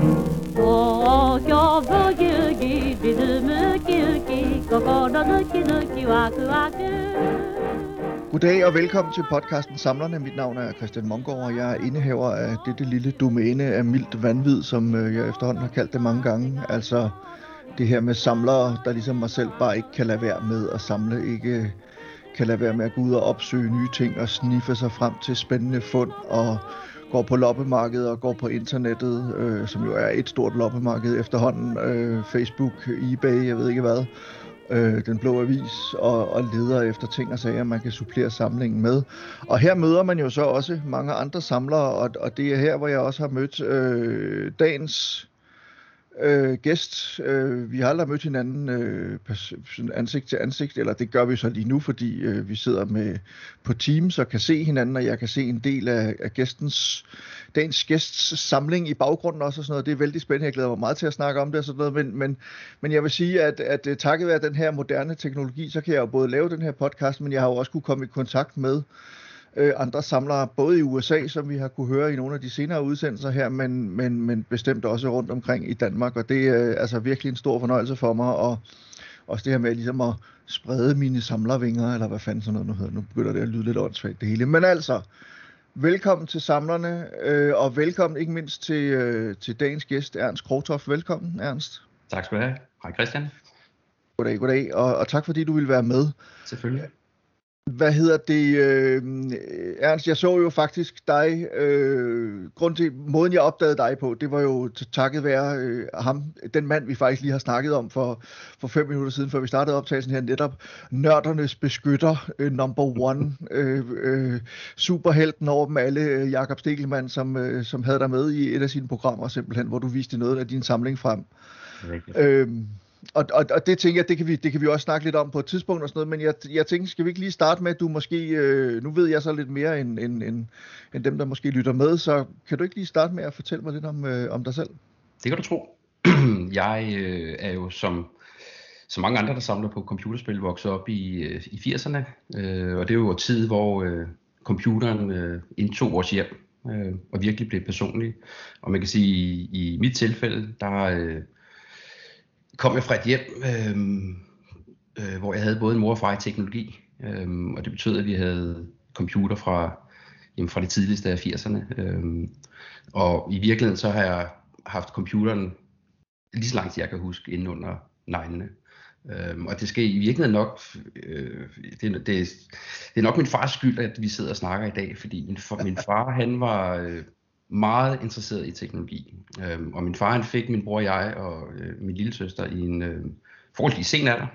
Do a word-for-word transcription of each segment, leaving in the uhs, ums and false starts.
Goddag og velkommen til podcasten Samlerne. Mit navn er Christian Mongård, og jeg er indehaver af dette lille domæne af mildt vanvid, som jeg efterhånden har kaldt det mange gange. Altså det her med samlere, der ligesom mig selv bare ikke kan lade være med at samle, ikke kan lade være med at gå ud og opsøge nye ting og sniffe sig frem til spændende fund og går på loppemarkedet og går på internettet, øh, som jo er et stort loppemarked efterhånden, øh, Facebook, eBay, jeg ved ikke hvad, øh, Den Blå Avis, og, og leder efter ting og sager, man kan supplere samlingen med. Og her møder man jo så også mange andre samlere, og, og det er her, hvor jeg også har mødt øh, dagens øh, gæst. Øh, vi har aldrig mødt hinanden øh, ansigt til ansigt, eller det gør vi så lige nu, fordi øh, vi sidder med på Teams og kan se hinanden, og jeg kan se en del af, af gæstens, dagens gæsts samling i baggrunden også og sådan noget. Det er vældig spændende. Jeg glæder mig meget til at snakke om det og sådan noget, men, men, men jeg vil sige, at, at, at takket være den her moderne teknologi, så kan jeg jo både lave den her podcast, men jeg har jo også kunne komme i kontakt med Øh, andre samlere, både i U S A, som vi har kunne høre i nogle af de senere udsendelser her, men, men, men bestemt også rundt omkring i Danmark, og det er øh, altså virkelig en stor fornøjelse for mig, og også det her med ligesom at sprede mine samlervinger, eller hvad fanden sådan noget nu hedder. Nu begynder det at lyde lidt åndssvagt det hele, men altså, velkommen til Samlerne, øh, og velkommen ikke mindst til, øh, til dagens gæst, Ernst Krogtoft. Velkommen, Ernst. Tak skal du have. Hej Christian. Goddag, goddag, og, og tak fordi du ville være med. Selvfølgelig. Hvad hedder det, øh, Ernst, jeg så jo faktisk dig, øh, grund til, måden jeg opdagede dig på, det var jo takket være øh, ham, den mand vi faktisk lige har snakket om for, for fem minutter siden, før vi startede optagelsen her, netop nørdernes beskytter, øh, number one, øh, øh, superhelten over dem alle, øh, Jakob Stegelmann, som, øh, som havde dig med i et af sine programmer simpelthen, hvor du viste noget af din samling frem. Øh, Og, og, og det tænker jeg, det kan, vi, det kan vi også snakke lidt om på et tidspunkt og sådan noget, men jeg, jeg tænker, skal vi ikke lige starte med, at du måske, øh, nu ved jeg så lidt mere end, end, end, end dem, der måske lytter med, så kan du ikke lige starte med at fortælle mig lidt om, øh, om dig selv? Det kan du tro. Jeg øh, er jo som, som mange andre, der samler på computerspil, vokset op i, øh, i firserne, øh, og det er jo en tid, hvor øh, computeren øh, indtog vores hjem øh, og virkelig blev personlig. Og man kan sige, i, i mit tilfælde, der øh, kom jeg fra et hjem, øh, øh, hvor jeg havde både en mor og far i teknologi, øh, og det betød, at vi havde computer fra, jamen, fra de tidligste af firserne. Øh, og i virkeligheden så har jeg haft computeren lige så langt jeg kan huske inden under neglene. Øh, og det skal i virkeligheden nok, øh, det, det, det er nok min fars skyld, at vi sidder og snakker i dag, fordi min, for, min far han var øh, meget interesseret i teknologi. Øhm, og min far han fik min bror og jeg og øh, min lille søster i en øh, forholdsvis sen alder.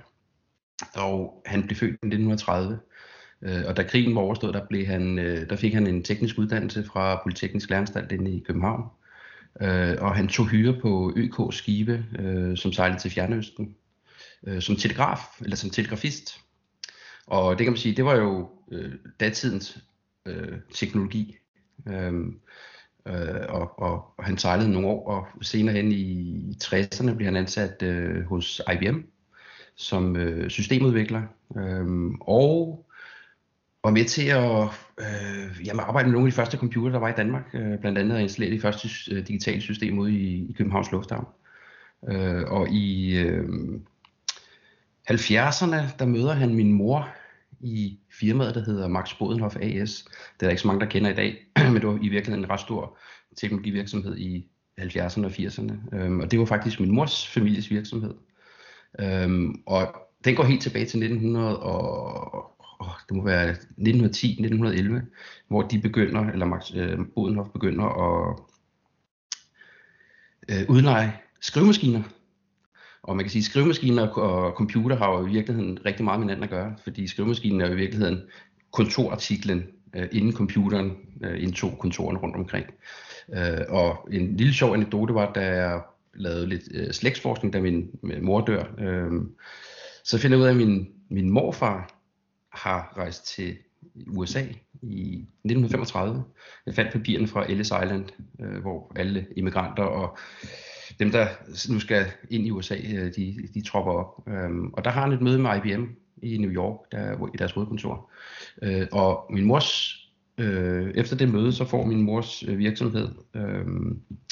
Og han blev født i nitten tredive. Øh, og da krigen var overstået, der, blev han, øh, der fik han en teknisk uddannelse fra Polyteknisk Læreanstalt inde i København. Øh, og han tog hyre på Ø K's skibe, øh, som sejlede til Fjernøsten, øh, som telegraf, eller som telegrafist. Og det kan man sige, det var jo øh, datidens øh, teknologi. Øh, Øh, og, og, og han sejlede nogle år, og senere hen i tresserne blev han ansat øh, hos I B M som øh, systemudvikler, øh, og var med til at øh, jamen, arbejde med nogle af de første computere, der var i Danmark, øh, blandt andet at installere de første øh, digitale systemer ude i, i Københavns Lufthavn. Øh, og i øh, halvfjerdserne, der møder han min mor i firmaet, der hedder Max Bodenhoff A S. Det er der ikke så mange, der kender i dag, men det var i virkeligheden en ret stor teknologivirksomhed i halvfjerdserne og firserne. Øhm, og det var faktisk min mors families virksomhed. Øhm, og den går helt tilbage til nitten hundrede og, åh, det må være nitten ti til nitten elleve, hvor de begynder, eller Max øh, Bodenhoff begynder at øh, udleje skrivemaskiner. Og man kan sige, at skrivemaskiner og computer har jo i virkeligheden rigtig meget med hinanden at gøre, fordi skrivemaskinen er jo i virkeligheden kontorartiklen, øh, inden computeren øh, indtog kontorerne rundt omkring. Øh, og en lille sjov anekdote var, da jeg lavede lidt øh, slægtsforskning, da min mor dør, øh, så finder jeg ud af, at min, min morfar har rejst til U S A i nitten femogtredive. Jeg fandt papirerne fra Ellis Island, øh, hvor alle immigranter og dem, der nu skal ind i U S A, de, de tropper op. Øhm, og der har han et møde med I B M i New York, der, i deres hovedkontor. Øh, og min mors, øh, efter det møde, så får min mors virksomhed øh,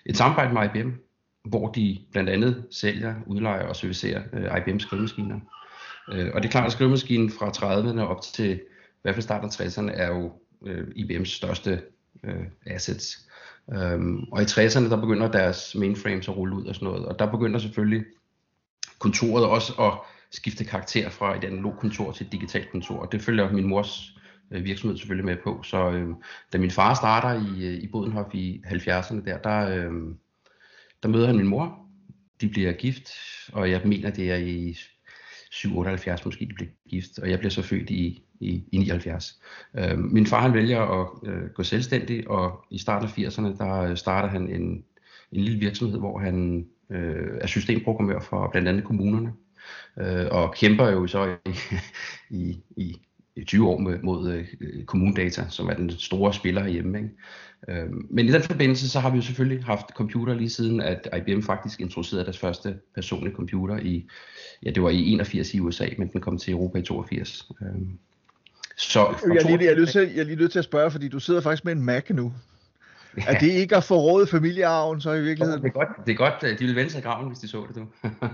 et samarbejde med I B M, hvor de blandt andet sælger, udlejer og servicerer øh, I B M skrivemaskiner. Øh, og det er klart, at skrivemaskinen fra trediverne op til i hvert fald starten af tresserne er jo øh, I B M's største øh, assets. Um, og i tresserne der begynder deres mainframes at rulle ud og sådan noget, og der begynder selvfølgelig kontoret også at skifte karakter fra et analogt kontor til et digitalt kontor, og det følger min mors øh, virksomhed selvfølgelig med på. Så øh, da min far starter i, i Bodenhof i halvfjerdserne der, der, øh, der møder han min mor, de bliver gift, og jeg mener det er i syv otteoghalvfjerds måske de bliver gift, og jeg bliver så født i, i, i nioghalvfjerds. Øh, min far han vælger at øh, gå selvstændig, og i starten af firserne der starter han en, en lille virksomhed, hvor han øh, er systemprogrammør for blandt andet kommunerne, øh, og kæmper jo så i, i, i, i tyve år med, mod øh, Kommunedata, som er den store spiller herhjemme. Ikke? Øh, men i den forbindelse så har vi jo selvfølgelig haft computer lige siden, at I B M faktisk introducerede deres første personlige computer i, ja det var i enogfirs i U S A, men den kom til Europa i toogfirs. Øh, så jeg, er lige, jeg, er nødt til, jeg er lige nødt til at spørge, fordi du sidder faktisk med en Mac nu. Ja. Er det ikke at forråde familiearven så i virkeligheden? Det er godt, det er godt. De ville vende sig i graven, hvis de så det, du.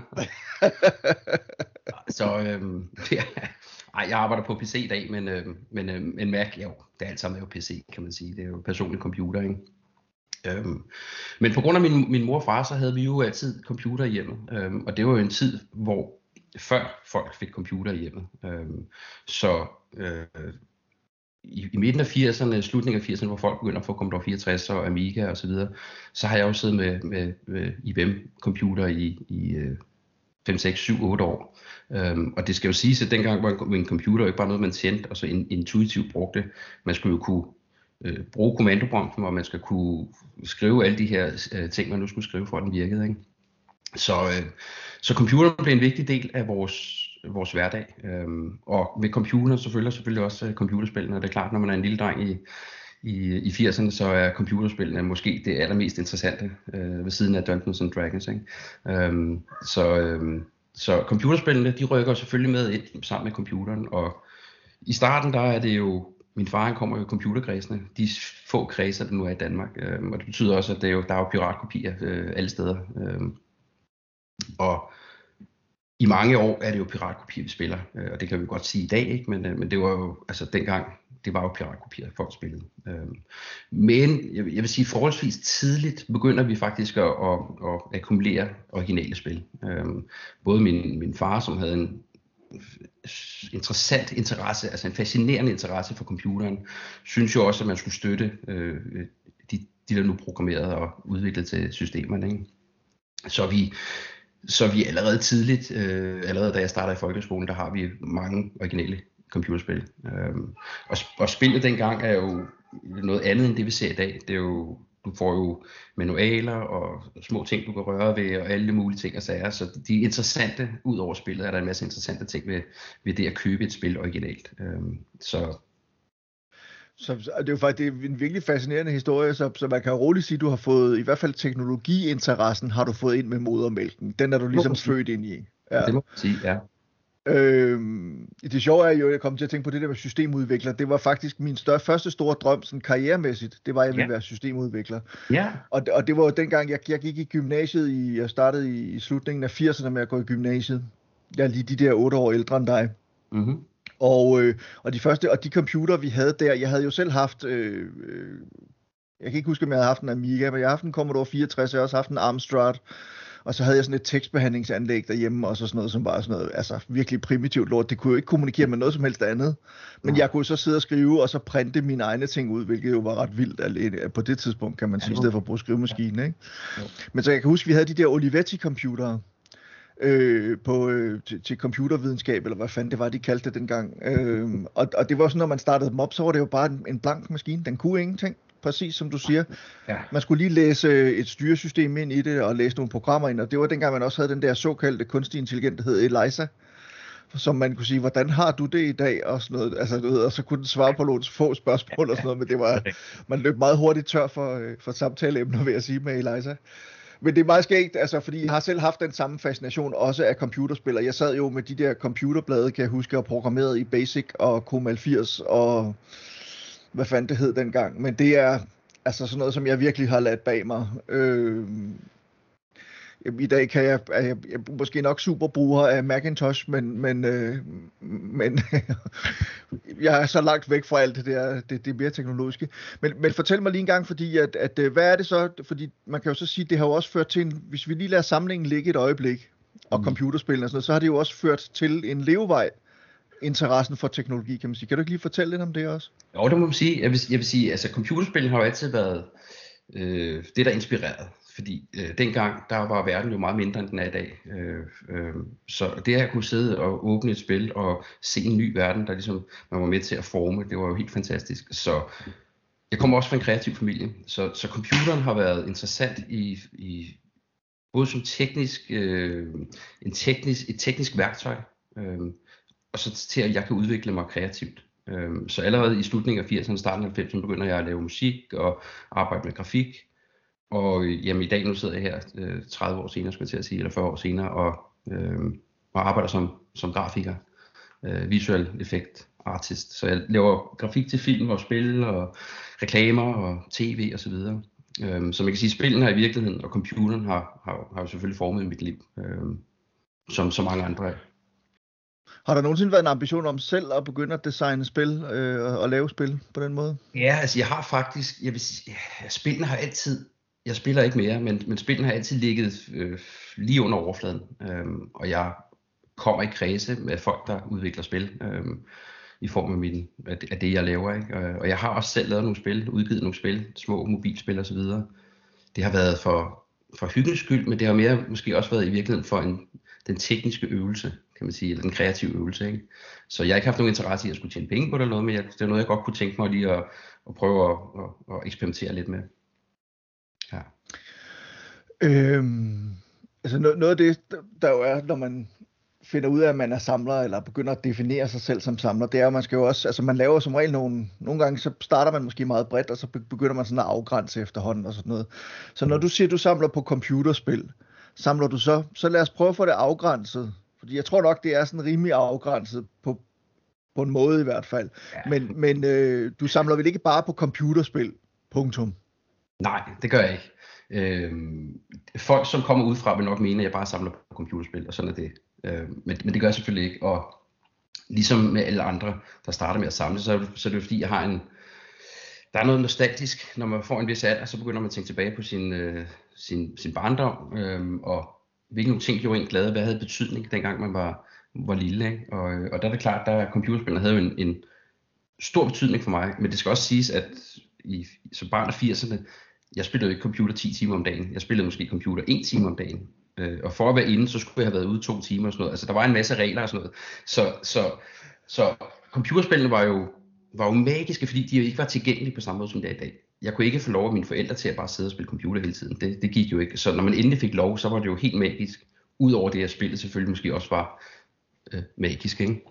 så øhm, ja. Ej, jeg arbejder på P C i dag, men, øhm, men øhm, en Mac, jo, det er alt sammen jo P C, kan man sige. Det er jo personlig computer, ikke? Øhm, men på grund af min, min mor og far, så havde vi jo altid computer i hjemmet. Øhm, og det var jo en tid, hvor før folk fik computer i hjemmet. Øhm, så øh, I, i midten af firserne, slutningen af firserne, hvor folk begynder at få Commodore fireogtres og Amiga og så videre, så har jeg jo siddet med, med, med I B M-computer i, i fem, seks, syv, otte år. Um, og det skal jo siges, at dengang var en computer ikke bare noget, man tjente og så intuitivt brugte. Man skulle jo kunne øh, bruge kommandoprompten, og man skal kunne skrive alle de her øh, ting, man nu skulle skrive, for at den virkede. Ikke? Så, øh, så computeren blev en vigtig del af vores vores hverdag, øhm, og med computeren selvfølgelig selvfølgelig også uh, computerspillene, og det er klart, når man er en lille dreng i, i, i firserne, så er computerspillene måske det allermest interessante øh, ved siden af Dungeons and Dragons, ikke? Øhm, så, øhm, så computerspillene, de rykker selvfølgelig med ind sammen med computeren, og i starten der er det jo, min far han kommer jo i computerkredsene, de få kredser der nu er i Danmark, øhm, og det betyder også, at det er jo, der er jo piratkopier øh, alle steder, øhm, og i mange år er det jo piratkopier, vi spiller, og det kan vi godt sige i dag, ikke? Men, men det var jo, altså dengang, det var jo piratkopier, folk spillede. Men jeg vil sige, forholdsvis tidligt begynder vi faktisk at, at, at akkumulere originale spil. Både min, min far, som havde en interessant interesse, altså en fascinerende interesse for computeren, synes jo også, at man skulle støtte de, de der nu programmerede og udviklede til systemerne, ikke? Så vi Så vi allerede tidligt, øh, allerede da jeg startede i folkeskolen, der har vi mange originale computerspil. Øhm, og, og spillet dengang er jo noget andet end det vi ser i dag. Det er jo, du får jo manualer og små ting du kan røre ved og alle mulige ting og sager. Så de interessante, ud over spillet, er der en masse interessante ting ved, ved det at købe et spil originalt. Øhm, så Så det er jo faktisk det er en virkelig fascinerende historie, så, så man kan roligt sige, at du har fået, i hvert fald teknologiinteressen, har du fået ind med modermælken. Den er du ligesom født ind i. Ja. Det må man sige, ja. Øhm, det sjove er jo, jeg kom til at tænke på det der med systemudvikler. Det var faktisk min større, første store drøm, sådan karrieremæssigt. Det var, at jeg ville ja. være systemudvikler. Ja. Og, og det var jo dengang, jeg, jeg gik i gymnasiet, i, jeg startede i, i slutningen af firserne med at gå i gymnasiet. Jeg er lige de der otte år ældre end dig. Mhm. Og, øh, og de første, og de computer vi havde der, jeg havde jo selv haft, øh, øh, jeg kan ikke huske om jeg havde haft en Amiga, men jeg havde haft en Commodore fireogtres, jeg har også haft en Amstrad, og så havde jeg sådan et tekstbehandlingsanlæg derhjemme, og så sådan noget, som var sådan noget, altså virkelig primitivt lort, det kunne jo ikke kommunikere med noget som helst andet, men jeg kunne så sidde og skrive, og så printe mine egne ting ud, hvilket jo var ret vildt alene, på det tidspunkt, kan man sige, i stedet for at bruge skrivemaskinen, ikke? Men så jeg kan huske, vi havde de der Olivetti-computere, Øh, på, øh, til, til computervidenskab, eller hvad fanden det var, de kaldte det dengang. Øh, og, og det var sådan, når man startede dem op, så var det jo bare en, en blank maskine. Den kunne ingenting, præcis som du siger. Ja. Man skulle lige læse et styresystem ind i det, og læse nogle programmer ind, og det var dengang, man også havde den der såkaldte kunstig intelligens, der hed Eliza, som man kunne sige, hvordan har du det i dag, og sådan noget, altså, du ved, og så kunne den svare på nogle få spørgsmål og sådan noget, men det var, man løb meget hurtigt tør for, for samtaleemner, vil jeg sige, med Eliza. Men det er meget skægt, altså, fordi jeg har selv haft den samme fascination også af computerspil, og jeg sad jo med de der computerblade, kan jeg huske, og programmerede i BASIC og COMAL firs og hvad fanden det hed dengang. Men det er, altså sådan noget, som jeg virkelig har ladt bag mig. Øh, I dag kan jeg, er jeg, jeg er måske nok superbruger af Macintosh, men, men, øh, men jeg er så langt væk fra alt det der, det, det mere teknologiske. Men, men fortæl mig lige en gang, fordi at, at, hvad er det så, fordi man kan jo så sige, det har jo også ført til, en, hvis vi lige lader samlingen ligge et øjeblik, og mm. computerspil og sådan noget, så har det jo også ført til en levevej, interessen for teknologi, kan man sige. Kan du ikke lige fortælle lidt om det også? Jo, det må man sige. Jeg vil, jeg vil sige, altså computerspil har jo altid været øh, det, der inspirerede. Fordi øh, dengang, der var verden jo meget mindre, end den er i dag. Øh, øh, så det at kunne sidde og åbne et spil og se en ny verden, der ligesom man var med til at forme, det var jo helt fantastisk. Så jeg kommer også fra en kreativ familie, så, så computeren har været interessant i, i både som teknisk, øh, en teknisk, et teknisk værktøj, øh, og så til at jeg kan udvikle mig kreativt. Øh, så allerede i slutningen af firserne, starten af halvfemserne, begynder jeg at lave musik og arbejde med grafik. Og jamen, i dag nu sidder jeg her øh, tredive år senere, skulle jeg til at sige, eller fyrre år senere, og, øh, og arbejder som, som grafiker, øh, visual effect artist. Så jeg laver grafik til film og spil og reklamer og tv og så videre. Øh, så man kan sige, at spillene har i virkeligheden, og computeren har, har, har jo selvfølgelig formet mit liv, øh, som så mange andre. Har der nogensinde været en ambition om selv at begynde at designe spil øh, og lave spil på den måde? Ja, altså jeg har faktisk, jeg vil sige, ja, spillene har altid, jeg spiller ikke mere, men, men spillene har altid ligget øh, lige under overfladen, øhm, og jeg kommer i kredse med folk, der udvikler spil, øhm, i form af, min, af, det, af det, jeg laver, ikke? Og, og jeg har også selv lavet nogle spil, udgivet nogle spil, små mobilspil og så videre. Det har været for, for hyggens skyld, men det har mere måske også været i virkeligheden for en, den tekniske øvelse, kan man sige, eller den kreative øvelse, ikke? Så jeg har ikke haft nogen interesse i at skulle tjene penge på det eller noget, men jeg, det er noget, jeg godt kunne tænke mig lige at, at prøve at, at, at eksperimentere lidt med. Ja. Øhm, altså noget, noget af det, der jo er, når man finder ud af, at man er samler, eller begynder at definere sig selv som samler, det er jo, man skal jo også, altså man laver som regel nogle, nogle gange, så starter man måske meget bredt, og så begynder man sådan at afgrænse efterhånden og sådan noget. Så når du siger, at du samler på computerspil, samler du så, så lad os prøve at få det afgrænset, fordi jeg tror nok, det er sådan rimelig afgrænset på, på en måde i hvert fald. Ja. Men, men øh, du samler vel ikke bare på computerspil, punktum? Nej, det gør jeg ikke. Øhm, folk, som kommer udefra, vil nok mene, at jeg bare samler på computerspil, og sådan er det. Øhm, men, men det gør jeg selvfølgelig ikke, og ligesom med alle andre, der starter med at samle, så er det, så er det jo fordi, jeg har en, der er noget nostalgisk, når man får en vis alder, så begynder man at tænke tilbage på sin, øh, sin, sin barndom, øh, og hvilke nogle ting gjorde en glad, hvad havde betydning, dengang man var, var lille, ikke? Og, og der er det klart, der computerspillene havde jo en, en stor betydning for mig, men det skal også siges, at i, som barn af firserne, jeg spillede ikke computer ti timer om dagen, jeg spillede måske computer en time om dagen, øh, og for at være inde, så skulle jeg have været ude to timer og sådan noget, altså der var en masse regler og sådan noget, så, så, så computerspillene var jo, var jo magiske, fordi de jo ikke var tilgængelige på samme måde som det er i dag. Jeg kunne ikke få lov af mine forældre til at bare sidde og spille computer hele tiden, det, det gik jo ikke, så når man endelig fik lov, så var det jo helt magisk, udover det at spillet selvfølgelig måske også var øh, magisk, ikke?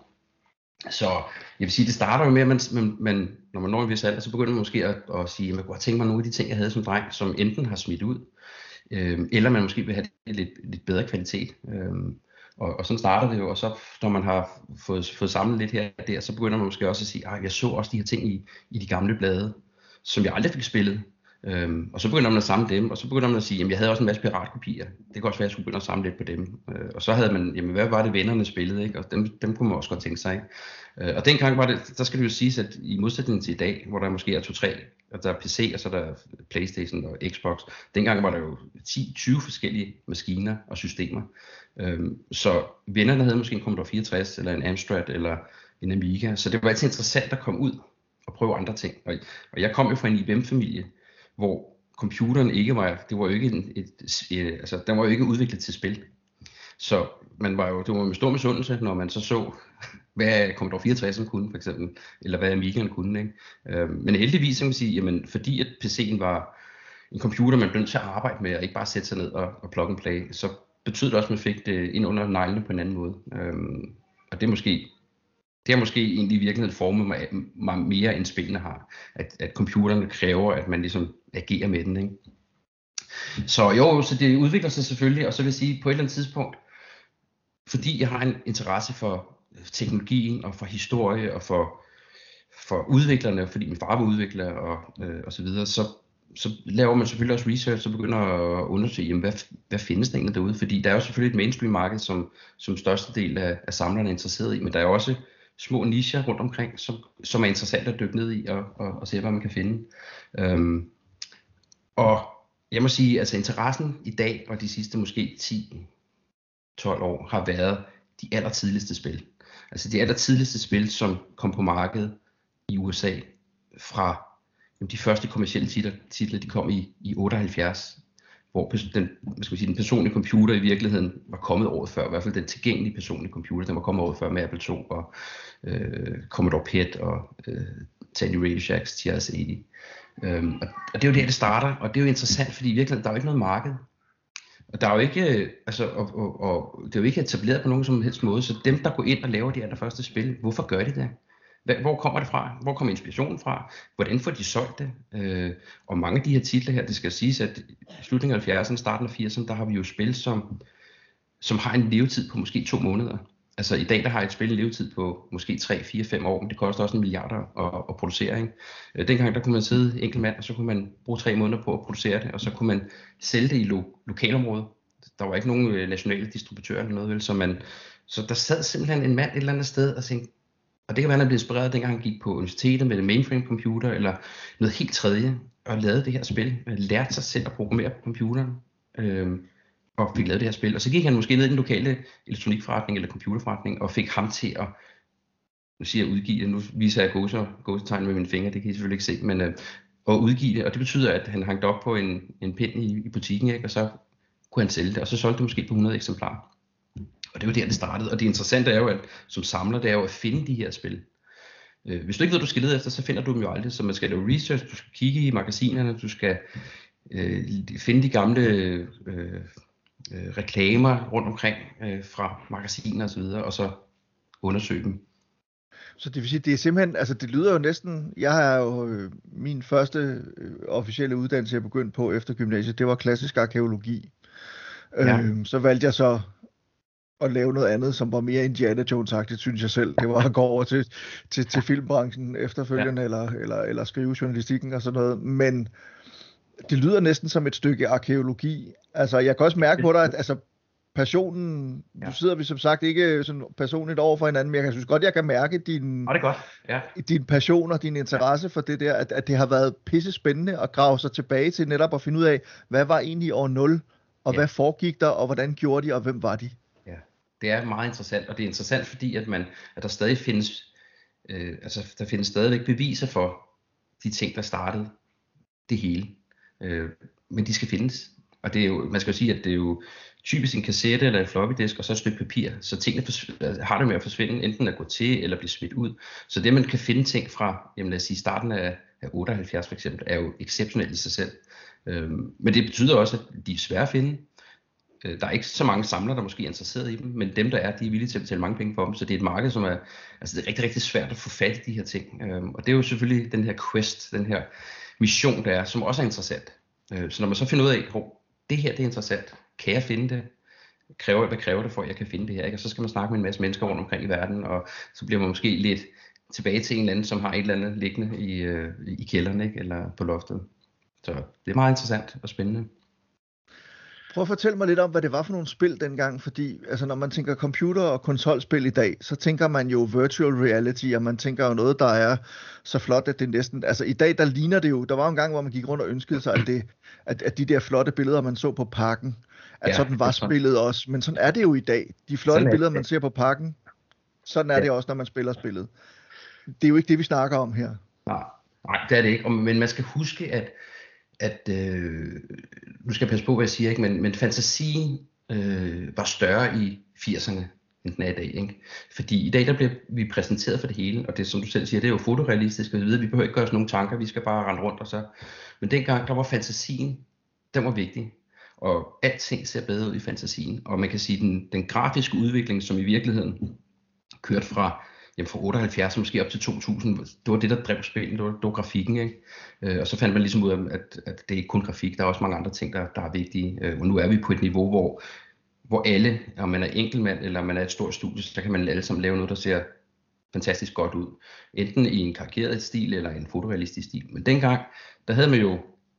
Så jeg vil sige, det starter jo med, at man, man, man, når man når en vis alder, så begynder man måske at, at sige, at man kunne have tænkt mig nogle af de ting, jeg havde som dreng, som enten har smidt ud, øh, eller man måske vil have det lidt, lidt bedre kvalitet. Øh, og, og sådan starter det jo, og så når man har fået, fået samlet lidt her og der, så begynder man måske også at sige, at jeg så også de her ting i, i de gamle blade, som jeg aldrig fik spillet. Øhm, og så begynder man at samle dem, og så begynder man at sige, at jeg havde også en masse piratkopier. Det kan også være, at jeg skulle begynde at samle lidt på dem. Øh, og så havde man, jamen hvad var det vennerne spillede, ikke? Og dem, dem kunne man også godt tænke sig, ikke? Øh, og dengang var det, der skal det jo siges, at i modsætning til i dag, hvor der måske er to-tre, og der er P C, og så er der PlayStation og Xbox, dengang var der jo ti til tyve forskellige maskiner og systemer. Øh, så vennerne havde måske en Commodore fireogtres, eller en Amstrad, eller en Amiga, så det var altid interessant at komme ud og prøve andre ting. Og, og jeg kom jo fra en I B M-familie, hvor computeren ikke var, det var jo ikke en, et, et, altså den var jo ikke udviklet til spil. Så man var jo, det var med stor misundelse, når man så så, hvad Commodore fireogtres kunne for eksempel, eller hvad Amigaen kunne, ikke? Øh, men heldigvis kan man sige, jamen fordi at P C'en var en computer, man blev nødt til at arbejde med, og ikke bare sætte sig ned og, og plug and play, så betød det også, at man fik det ind under neglene på en anden måde. Øh, og det er måske Det har måske egentlig i virkeligheden formet mig, mig mere end spillene har. At, at computerne kræver, at man ligesom agerer med den, ikke? Så jo, så det udvikler sig selvfølgelig, og så vil jeg sige, på et eller andet tidspunkt, fordi jeg har en interesse for teknologien, og for historie, og for, for udviklerne, fordi min far var udvikler, og, øh, og så videre, så, så laver man selvfølgelig også research, og begynder at undersøge, jamen, hvad, hvad findes der egentlig derude? Fordi der er jo selvfølgelig et mainstream marked, som, som største del af, af samlerne er interesseret i, men der er jo også små nicher rundt omkring, som, som er interessant at dykke ned i og, og, og se, hvad man kan finde. Øhm, og jeg må sige, altså interessen i dag og de sidste måske ti tolv år har været de allertidligste spil. Altså de allertidligste spil, som kom på markedet i U S A fra de første kommercielle titler, titler de kom i, i otteoghalvfjerds, hvor den, hvad skal man sige, den personlige computer i virkeligheden var kommet året før, i hvert fald den tilgængelige personlige computer, den var kommet året før med Apple to og øh, Commodore P E T og øh, Tandy Radio Shacks T R S otte. Øhm, og, og det er jo der, det starter, og det er jo interessant, fordi i virkeligheden, der er jo ikke noget marked. Og der er jo ikke, altså, og, og, og det er jo ikke etableret på nogen som helst måde, så dem, der går ind og laver de allerførste spil, hvorfor gør de det? Hvor kommer det fra? Hvor kommer inspirationen fra? Hvordan får de solgt det? Øh, og mange af de her titler her, det skal siges, at i slutningen af halvfjerdserne, starten af firserne, der har vi jo spil, som, som har en levetid på måske to måneder. Altså i dag, der har et spil en levetid på måske tre, fire, fem år, men det koster også en milliard at, at producere. Ikke? Øh, dengang, der kunne man sidde enkelt mand, og så kunne man bruge tre måneder på at producere det, og så kunne man sælge det i lo- lokalområdet. Der var ikke nogen nationale distributører eller noget, vel, så, man, så der sad simpelthen en mand et eller andet sted og tænkte, og det kan være, at han blev inspireret, dengang han gik på universitetet med en mainframe computer, eller noget helt tredje, og lavede det her spil. Han lærte sig selv at programmere på computeren, øh, og fik lavet det her spil. Og så gik han måske ned i den lokale elektronikforretning eller computerforretning, og fik ham til at, nu siger jeg udgive det, nu viser jeg gåsetegn med mine fingre, det kan I selvfølgelig ikke se, men øh, at udgive det, og det betyder, at han hang det op på en, en pind i, i butikken, ikke? Og så kunne han sælge det, og så solgte det måske på hundrede eksemplarer. Og det var der, det startede. Og det interessante er jo, at som samler, det er jo at finde de her spil. Øh, hvis du ikke ved, hvad du skal lede efter, så finder du dem jo aldrig. Så man skal lave research, du skal kigge i magasinerne, du skal øh, finde de gamle øh, øh, reklamer rundt omkring øh, fra magasiner osv., og, og så undersøge dem. Så det vil sige, det er simpelthen, altså det lyder jo næsten, jeg har jo, øh, min første øh, officielle uddannelse, jeg begyndte på efter gymnasiet, det var klassisk arkæologi. Ja. Øh, så valgte jeg så at lave noget andet, som var mere Indiana Jones-agtigt, synes jeg selv. Det var at gå over til, til, til filmbranchen efterfølgende, ja. eller, eller, eller skrive journalistikken og sådan noget. Men det lyder næsten som et stykke arkæologi. Altså, jeg kan også mærke på dig, at altså, passionen, ja. Nu sidder vi som sagt ikke sådan personligt over for hinanden, men jeg synes godt, jeg kan mærke din, ja, det er godt. Ja. din passion og din interesse for det der, at, at det har været pisse spændende at grave sig tilbage til netop at finde ud af, hvad var egentlig år nul, og ja. Hvad foregik der, og hvordan gjorde de, og hvem var de? Ja, det er meget interessant, og det er interessant, fordi at, man, at der stadig findes, øh, altså der findes stadigvæk beviser for de ting, der startede det hele. Øh, men de skal findes. Og det er jo, man skal jo sige, at det er jo typisk en kassette eller en floppy disk og så et stykke papir, så tingene forsv- har det med at forsvinde, enten at gå til eller blive smidt ud. Så det man kan finde ting fra, jamen lad os sige starten af, af otteoghalvfjerds for eksempel, er jo exceptionelt i sig selv. Øhm, men det betyder også, at de er svære at finde. Øh, der er ikke så mange samlere, der måske er interesseret i dem, men dem der er, de er villige til at betale mange penge for dem, så det er et marked, som er, altså det er rigtig, rigtig svært at få fat i de her ting. Øhm, og det er jo selvfølgelig den her quest, den her mission, der er, som også er interessant. Øh, så når man så finder ud af, oh, det her det er interessant, kan jeg finde det? Kræver, hvad kræver det for, at jeg kan finde det her? Ikke? Og så skal man snakke med en masse mennesker rundt omkring i verden, og så bliver man måske lidt tilbage til en eller anden, som har et eller andet liggende i, øh, i kælderen, ikke? Eller på loftet. Så det er meget interessant og spændende. Prøv at fortælle mig lidt om, hvad det var for nogle spil dengang, fordi altså, når man tænker computer- og konsolspil i dag, så tænker man jo virtual reality, og man tænker jo noget, der er så flot, at det næsten... Altså i dag, der ligner det jo... Der var en gang, hvor man gik rundt og ønskede sig, at, det, at, at de der flotte billeder, man så på Parken, at ja, sådan var spillet også. Men sådan er det jo i dag. De flotte billeder, man ser på Parken, sådan er ja. Det også, når man spiller spillet. Det er jo ikke det, vi snakker om her. Nej, nej det er det ikke. Men man skal huske, at at øh, nu skal jeg passe på, hvad jeg siger, ikke? Men, men fantasien øh, var større i firserne, end den er i dag. Ikke? Fordi i dag, der bliver vi præsenteret for det hele, og det som du selv siger, det er jo fotorealistisk, og vi ved, vi behøver ikke gøre os nogen tanker, vi skal bare rende rundt og så. Men dengang, der var fantasien, den var vigtig, og alting ser bedre ud i fantasien, og man kan sige, den, den grafiske udvikling, som i virkeligheden kørte fra Jamen fra otteoghalvfjerds måske op til to tusind, det var det, der drev spillet, det var, det var grafikken, ikke? Øh, og så fandt man ligesom ud af, at, at det er ikke kun grafik, der er også mange andre ting, der, der er vigtige. Øh, og nu er vi på et niveau, hvor, hvor alle, om man er enkeltmand eller man er et stort studie, så kan man alle sammen lave noget, der ser fantastisk godt ud. Enten i en karikeret stil eller en fotorealistisk stil. Men dengang, der havde man jo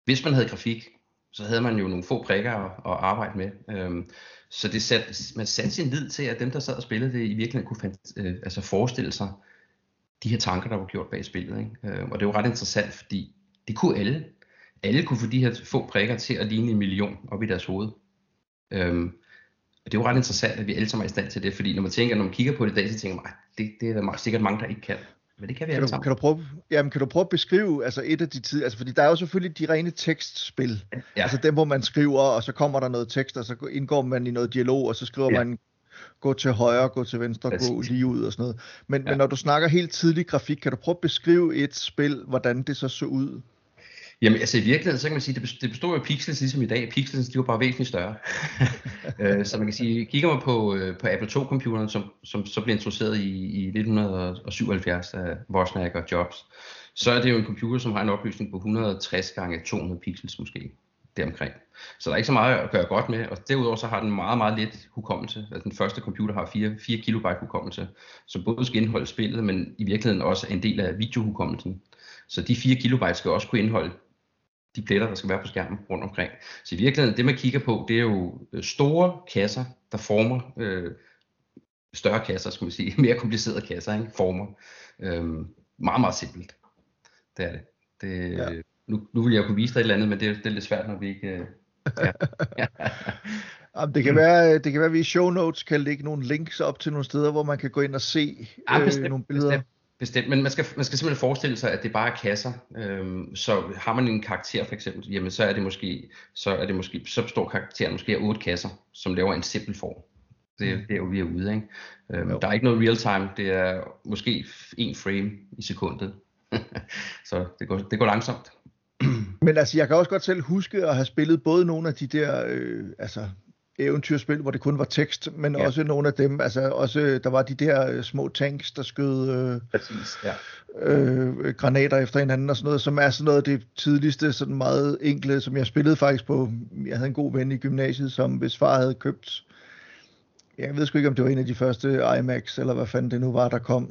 hvis man havde grafik, så havde man jo nogle få prikker at, at arbejde med. Øhm, så det sat, man satte sin lid til, at dem, der sad og spillede det, i virkeligheden kunne fant, øh, altså forestille sig de her tanker, der var gjort bag spillet. Ikke? Øh, og det var ret interessant, fordi det kunne alle. Alle kunne få de her få prikker til at ligne en million op i deres hoved. Øhm, og det var ret interessant, at vi alle sammen er i stand til det, fordi når man tænker, når man kigger på det i dag, så tænker man, det, det er der sikkert mange, der ikke kan. Men det kan vi kan alle du, sammen. Kan du prøve, jamen, kan du prøve at beskrive altså et af de tider, altså fordi der er jo selvfølgelig de rene tekstspil, ja. Altså dem, hvor man skriver, og så kommer der noget tekst, og så indgår man i noget dialog, og så skriver ja. man, gå til højre, gå til venstre, Præcis. gå lige ud og sådan noget. Men, ja. men når du snakker helt tidlig grafik, kan du prøve at beskrive et spil, hvordan det så så ud? Jamen altså i virkeligheden, så kan man sige, det det består jo af pixels ligesom i dag. Pixels, de var bare væsentligt større. Så man kan sige, kigger man på, på Apple to computeren, som, som så blev introduceret i, i nitten syvoghalvfjerds af Wozniak og Jobs, så er det jo en computer, som har en opløsning på et hundrede og tres gange to hundrede pixels måske, deromkring. Så der er ikke så meget at gøre godt med, og derudover så har den meget, meget let hukommelse. Altså den første computer har fire kilobyte hukommelse, som både skal indeholde spillet, men i virkeligheden også er en del af videohukommelsen. Så de fire kilobyte skal også kunne indeholde de pletter, der skal være på skærmen rundt omkring. Så i virkeligheden, det man kigger på, det er jo store kasser, der former øh, større kasser, skal man sige, mere komplicerede kasser, ikke? Former. Øhm, meget, meget simpelt. Det er det. det ja. nu, nu vil jeg kunne vise dig et eller andet, men det, det er lidt svært, når vi ikke... Øh, ja. Jamen, det kan være, det kan være, at vi i show notes kan lægge nogle links op til nogle steder, hvor man kan gå ind og se ja, bestemt, øh, nogle billeder. Bestemt. Bestemt, men man skal, man skal simpelthen forestille sig, at det bare er kasser. Øhm, så har man en karakter for eksempel, jamen så er det måske, så er det måske, så består karakteren måske af otte kasser, som laver en simpel form. Det, det er jo vi er ude, ikke? Øhm, der er ikke noget real time, det er måske en frame i sekundet. Så det går, det går langsomt. Men altså, jeg kan også godt selv huske at have spillet både nogle af de der, øh, altså eventyrspil, hvor det kun var tekst, men ja. også nogle af dem, altså også, der var de der øh, små tanks, der skød øh, Præcis, ja. øh, granater efter hinanden og sådan noget, som er sådan noget af det tidligste, sådan meget enkle, som jeg spillede faktisk på. Jeg havde en god ven i gymnasiet, som hvis far havde købt, jeg ved sgu ikke, om det var en af de første IMAX, eller hvad fanden det nu var, der kom.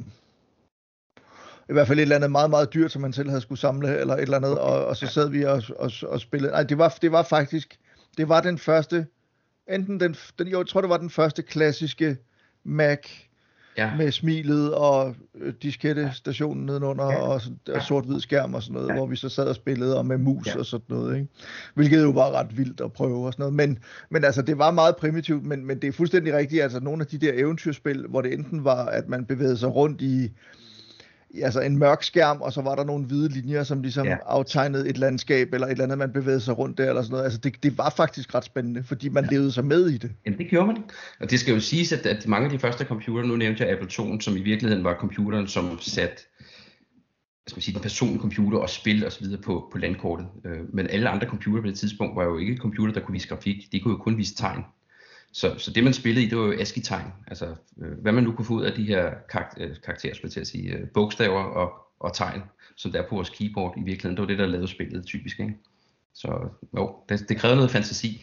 I hvert fald et eller andet meget, meget dyrt, som man selv havde skulle samle, eller et eller andet, og, og så sad vi og, og, og spillede. Nej, det var, det var faktisk, det var den første, enten den, den jo, jeg tror det var den første klassiske Mac, ja. Med smilet og øh, diskettestationen nedenunder, ja. og, og sort-hvid skærm og sådan noget, ja. Hvor vi så sad og spillede, og med mus ja. Og sådan noget, ikke? Hvilket jo var ret vildt at prøve og sådan noget, men, men altså det var meget primitivt, men, men det er fuldstændig rigtigt, altså nogle af de der eventyrspil, hvor det enten var, at man bevægede sig rundt i altså en mørk skærm, og så var der nogle hvide linjer, som ligesom ja. Aftegnede et landskab, eller et eller andet, man bevægede sig rundt der, eller sådan noget. Altså det, det var faktisk ret spændende, fordi man ja. Levede sig med i det. Jamen det gjorde man. Og det skal jo siges, at, at mange af de første computere, nu nævnte jeg Apple to, som i virkeligheden var computeren, som satte skal man sige, den personlige computer og spil og så videre på, på landkortet. Men alle andre computere på det tidspunkt var jo ikke computer, der kunne vise grafik. De kunne jo kun vise tegn. Så, så det man spillede i, det var jo ASCII-tegn, altså øh, hvad man nu kunne få ud af de her karakter, karakterer, skulle jeg til at sige, øh, bogstaver og, og tegn, som der er på vores keyboard i virkeligheden, det var det, der lavede spillet typisk, ikke? Så jo, det, det krævede noget fantasi.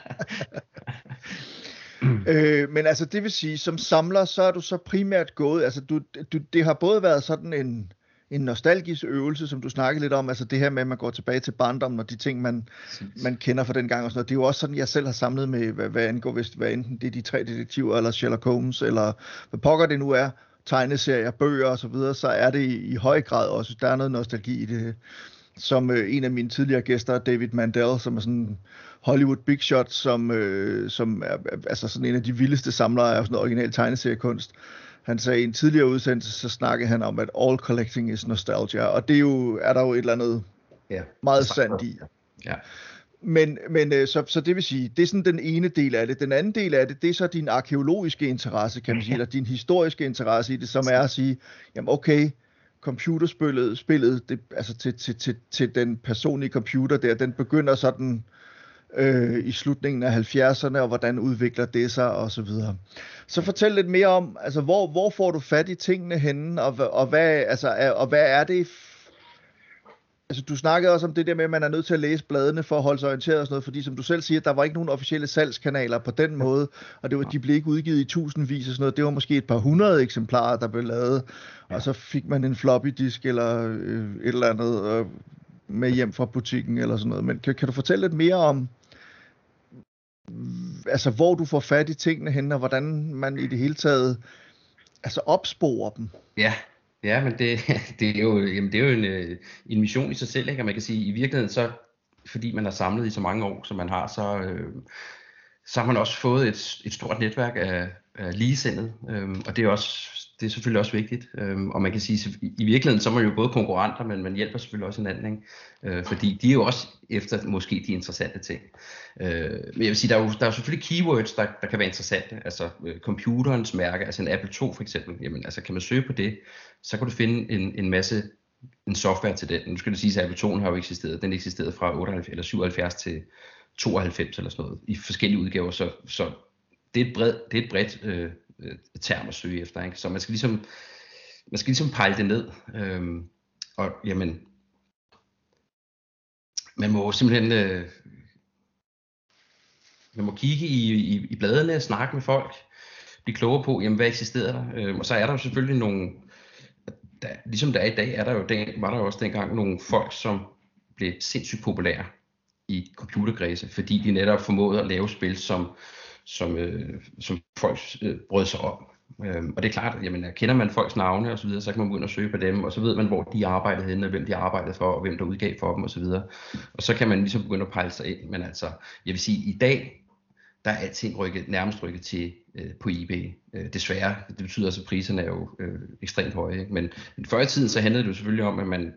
øh, men altså det vil sige, som samler, så er du så primært gået, altså du, du, det har både været sådan en en nostalgisk øvelse, som du snakkede lidt om, altså det her med, at man går tilbage til barndommen, og de ting, man, man kender fra den gang og sådan noget. Det er jo også sådan, jeg selv har samlet med, hvad, hvad angår, hvis hvad enten det er de tre detektiver, eller Sherlock Holmes, eller hvad pokker det nu er, tegneserier, bøger og så videre, så er det i, i høj grad også, der er noget nostalgi i det. Som øh, en af mine tidligere gæster, David Mandel, som er sådan Hollywood Big Shot, som, øh, som er altså sådan en af de vildeste samlere af sådan noget original tegneseriekunst. Han sagde i en tidligere udsendelse, så snakkede han om, at all collecting is nostalgia, og det er jo, er der jo et eller andet ja, meget sandt i. Ja. Men, men så, så det vil sige, det er sådan den ene del af det. Den anden del af det, det er så din arkæologiske interesse, kan man sige, eller din historiske interesse i det, som er at sige, jamen okay, computerspillet, spillet, det, altså til, til, til, til den personlige computer der, den begynder sådan øh, i slutningen af halvfjerdserne, og hvordan udvikler det sig, og så videre. Så fortæl lidt mere om, altså hvor, hvor får du fat i tingene henne, og, og, hvad, altså, og hvad er det? Altså du snakkede også om det der med, at man er nødt til at læse bladene for at holde sig orienteret og sådan noget, fordi som du selv siger, der var ikke nogen officielle salgskanaler på den måde, og det var, de blev ikke udgivet i tusindvis og sådan noget. Det var måske et par hundrede eksemplarer, der blev lavet, og så fik man en floppy disk eller øh, et eller andet, og med hjem fra butikken eller sådan noget. Men kan, kan du fortælle lidt mere om, altså hvor du får fat i tingene hen, og hvordan man i det hele taget altså opsporer dem? Ja, ja, men det, det er jo, jamen det er jo en, øh, en mission i sig selv, ikke? Og man kan sige, i virkeligheden så, fordi man har samlet i så mange år, som man har, så, øh, så har man også fået et, et stort netværk af, af ligesindede, øh, og det er også, det er selvfølgelig også vigtigt. Øh, og man kan sige, i, i virkeligheden så er man jo både konkurrenter, men man hjælper selvfølgelig også hinanden, ikke? Øh, fordi de er jo også efter måske de interessante ting. Øh, men jeg vil sige, der er jo, der er jo selvfølgelig keywords, der, der kan være interessante. Altså øh, computerens mærke, altså en Apple to for eksempel. Jamen, altså kan man søge på det, så kan du finde en, en masse en software til den. Nu skal det sige, at Apple to har jo eksisteret. Den eksisterede fra otteoghalvfems eller syvoghalvfjerds til tooghalvfems eller sådan noget, i forskellige udgaver. Så, så det er et bredt, det er et bredt øh, term at søge efter, ikke? Så man skal ligesom, man skal ligesom pejle det ned. Øhm, og jamen, man må simpelthen øh, man må kigge i, i, i bladene, snakke med folk, blive klogere på, jamen, hvad eksisterer der. Øhm, og så er der jo selvfølgelig nogle, der, ligesom der er i dag, er der jo den, var der jo også dengang nogle folk, som blev sindssygt populære i computerkredse, fordi de netop formåede at lave spil, som, som, øh, som folk øh, brød sig om. Øhm, og det er klart, at jamen, kender man folks navne og så videre, så kan man begynde at søge på dem, og så ved man, hvor de arbejdede henne, og hvem de arbejdede for, og hvem der udgav for dem og så videre. Og så kan man ligesom begynde at pejle sig ind. Men altså, jeg vil sige, i dag, der er alting rykket, nærmest rykket til øh, på eBay. Øh, desværre, det betyder altså, at priserne er jo øh, ekstremt høje. Ikke? Men, men før i tiden, så handlede det jo selvfølgelig om, at man,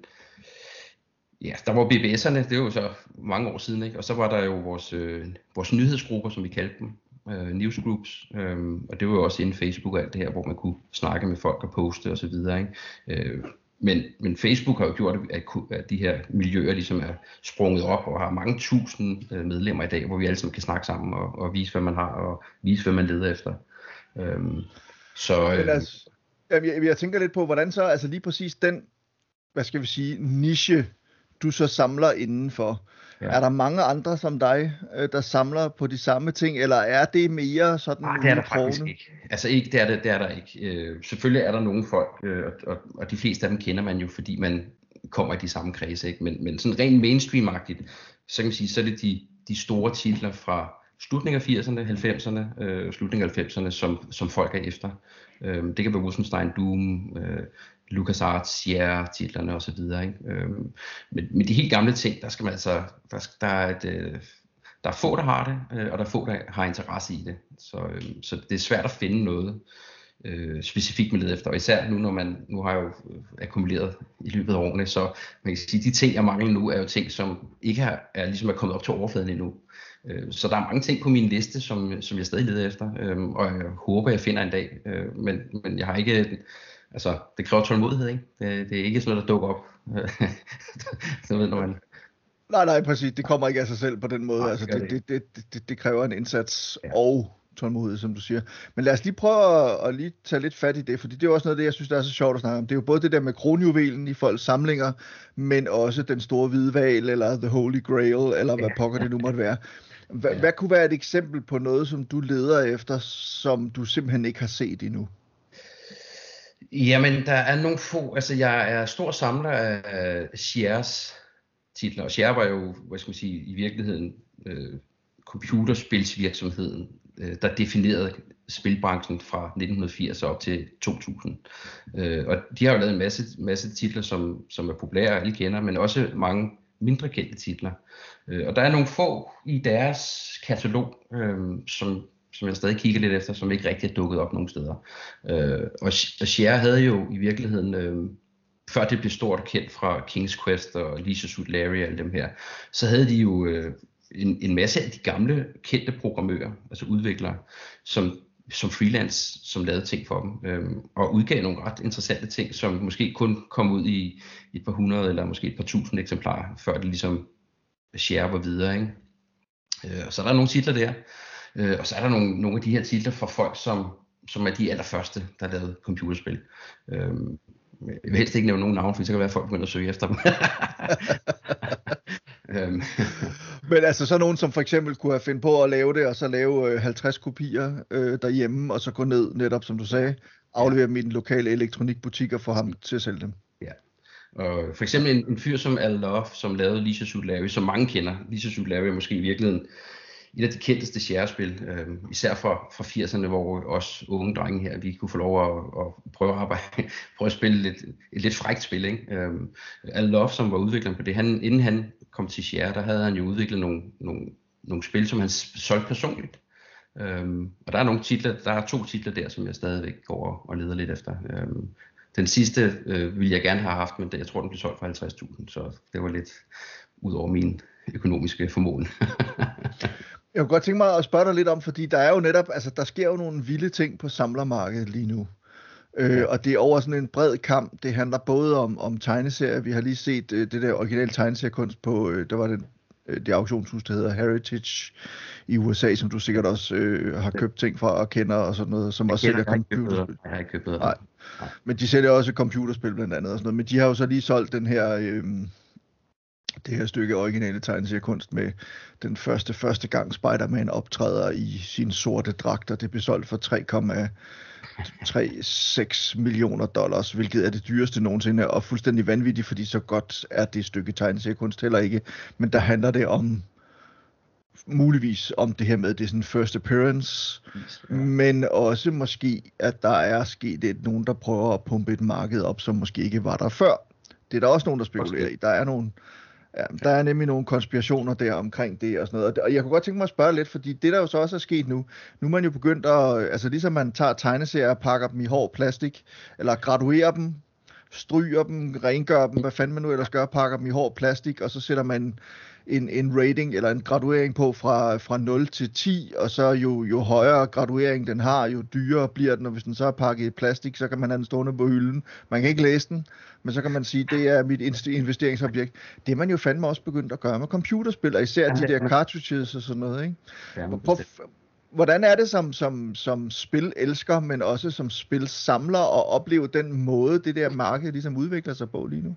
ja, der var B B S'erne, det var jo så mange år siden, ikke? Og så var der jo vores, øh, vores nyhedsgrupper, som vi kaldte dem, øh, newsgroups, øh, og det var jo også inden Facebook og alt det her, hvor man kunne snakke med folk og poste og så videre, ikke? Øh, men, men Facebook har jo gjort, at, at de her miljøer ligesom er sprunget op og har mange tusind øh, medlemmer i dag, hvor vi alle sammen kan snakke sammen og, og vise, hvad man har og vise, hvad man leder efter. Øh, så, øh, Men altså, jeg, jeg tænker lidt på, hvordan så, altså lige præcis den, hvad skal vi sige, niche, du så samler indenfor. Ja. Er der mange andre som dig, der samler på de samme ting, eller er det mere sådan? Nej, det er der faktisk ikke. Altså ikke, det er, det, det er der ikke. Øh, selvfølgelig er der nogle folk, øh, og, og de fleste af dem kender man jo, fordi man kommer i de samme kredse, ikke? Men, men sådan rent mainstream-agtigt, så kan man sige, så er det de, de store titler fra slutningen af firserne, halvfemserne, øh, slutningen af halvfemserne, som, som folk er efter. Øh, det kan være Wolfenstein, Doom, øh, LucasArts, Sierra-titlerne osv. Øhm, men, men de helt gamle ting, der skal man altså, der, der, er, et, øh, der er få, der har det, øh, og der er få, der har interesse i det. Så, øh, så det er svært at finde noget øh, specifikt med led efter, og især nu, når man, nu har jeg jo akkumuleret i løbet af årene, så man kan sige, de ting, jeg mangler nu, er jo ting, som ikke er, er, ligesom er kommet op til overfladen endnu. Øh, så der er mange ting på min liste, som, som jeg stadig leder efter, øh, og jeg håber, jeg finder en dag, øh, men, men jeg har ikke. Altså, det kræver tålmodighed, ikke? Det, det er ikke sådan noget, der dukker op. Så ved man. Nej, nej, præcis. Det kommer ikke af sig selv på den måde. Nej, altså, det, det, det, det, det, det kræver en indsats ja. og tålmodighed, som du siger. Men lad os lige prøve at, at lige tage lidt fat i det, fordi det er også noget af det, jeg synes, der er så sjovt at snakke om. Det er jo både det der med kronjuvelen i folks samlinger, men også den store hvidval, eller The Holy Grail, eller hvad ja. pokker det nu måtte være. Hva, ja. Hvad kunne være et eksempel på noget, som du leder efter, som du simpelthen ikke har set endnu? Jamen, der er nogle få, altså jeg er stor samler af Sierras titler, og Sierra var jo, hvad skal man sige, i virkeligheden øh, computerspilsvirksomheden, øh, der definerede spilbranchen fra nitten firs op til to tusind. Øh, og de har jo lavet en masse, masse titler, som, som er populære, alle kender, men også mange mindre kendte titler. Øh, og der er nogle få i deres katalog, øh, som som jeg stadig kigger lidt efter, som ikke rigtig er dukket op nogen steder. Øh, og, og Sierra havde jo i virkeligheden, øh, før det blev stort og kendt fra King's Quest og Leisure Suit Larry og alle dem her, så havde de jo øh, en, en masse af de gamle kendte programmører, altså udviklere, som, som freelance, som lavede ting for dem, øh, og udgav nogle ret interessante ting, som måske kun kom ud i et par hundrede eller måske et par tusind eksemplarer, før det ligesom Sierra var videre, ikke? Øh, og så er der nogle titler der. Øh, og så er der nogle, nogle af de her titler fra folk, som, som er de allerførste, der lavede computerspil. Øh, jeg vil helst ikke nævne nogen navn, for så kan det være, at folk begynder at søge efter dem. Men altså så nogen, som for eksempel kunne have fundet på at lave det, og så lave øh, halvtreds kopier øh, derhjemme, og så gå ned, netop som du sagde, aflevere dem i den lokale elektronikbutik og få ham til at sælge dem. Ja. Og for eksempel en, en fyr som Al Love, som lavede Leisure Suit Larry, som mange kender. Leisure Suit Larry er måske i virkeligheden et af de kendteste share-spil, øh, især fra, fra firserne, hvor os unge drenge her, vi kunne få lov at, at prøve at arbejde, prøve at spille lidt, et lidt frækt spil, ikke? Øh, Al Love, som var udvikleren på det, han, inden han kom til Share, der havde han jo udviklet nogle, nogle, nogle spil, som han solgte personligt. Øh, og der er nogle titler, der er to titler der, som jeg stadigvæk går og leder lidt efter. Øh, den sidste øh, ville jeg gerne have haft, men jeg tror, den blev solgt for halvtreds tusind, så det var lidt ud over min økonomiske formåen. Jeg kunne godt tænke mig at spørge dig lidt om, fordi der er jo netop, altså der sker jo nogle vilde ting på samlermarkedet lige nu. Øh, og det er over sådan en bred kamp. Det handler både om, om tegneserier. Vi har lige set øh, det der originale tegneseriekunst på, øh, der var det, øh, det auktionshus, der hedder Heritage i U S A, som du sikkert også øh, har købt ting fra og kender og sådan noget, som jeg også sælger computerspil. Jeg har ikke købt noget. Nej. Men de sælger også computerspil blandt andet og sådan noget. Men de har jo så lige solgt den her... Øh, det her stykke originale tegneseriekunst med den første første gang Spider-Man optræder i sin sorte dragter. Det blev solgt for tre komma seks millioner dollars, hvilket er det dyreste nogensinde, og fuldstændig vanvittigt, fordi så godt er det stykke tegneseriekunst heller ikke. Men der handler det om, muligvis om det her med, det er sådan first appearance, men også måske, at der er sket et, nogen, der prøver at pumpe et marked op, som måske ikke var der før. Det er der også nogen, der spekulerer i. Der er nogle Ja, der er nemlig nogle konspirationer der omkring det og sådan noget. Og jeg kunne godt tænke mig at spørge lidt, fordi det der jo så også er sket nu, nu er man jo begyndt at, altså ligesom man tager tegneserier og pakker dem i hård plastik, eller graduerer dem, stryger dem, rengør dem, hvad fanden man nu ellers gør, pakker dem i hård plastik, og så sætter man en, en rating eller en graduering på fra, fra nul til ti, og så jo, jo højere graduering den har, jo dyrere bliver den, og hvis den så er pakket i plastik, så kan man have den stående på hylden. Man kan ikke læse den, men så kan man sige, det er mit investeringsobjekt. Det er man jo fandme også begyndt at gøre med computerspil, og især de der cartridges og sådan noget, ikke? Prøv, hvordan er det som, som, som spilelsker, men også som spilsamler, at opleve den måde, det der marked ligesom udvikler sig på lige nu?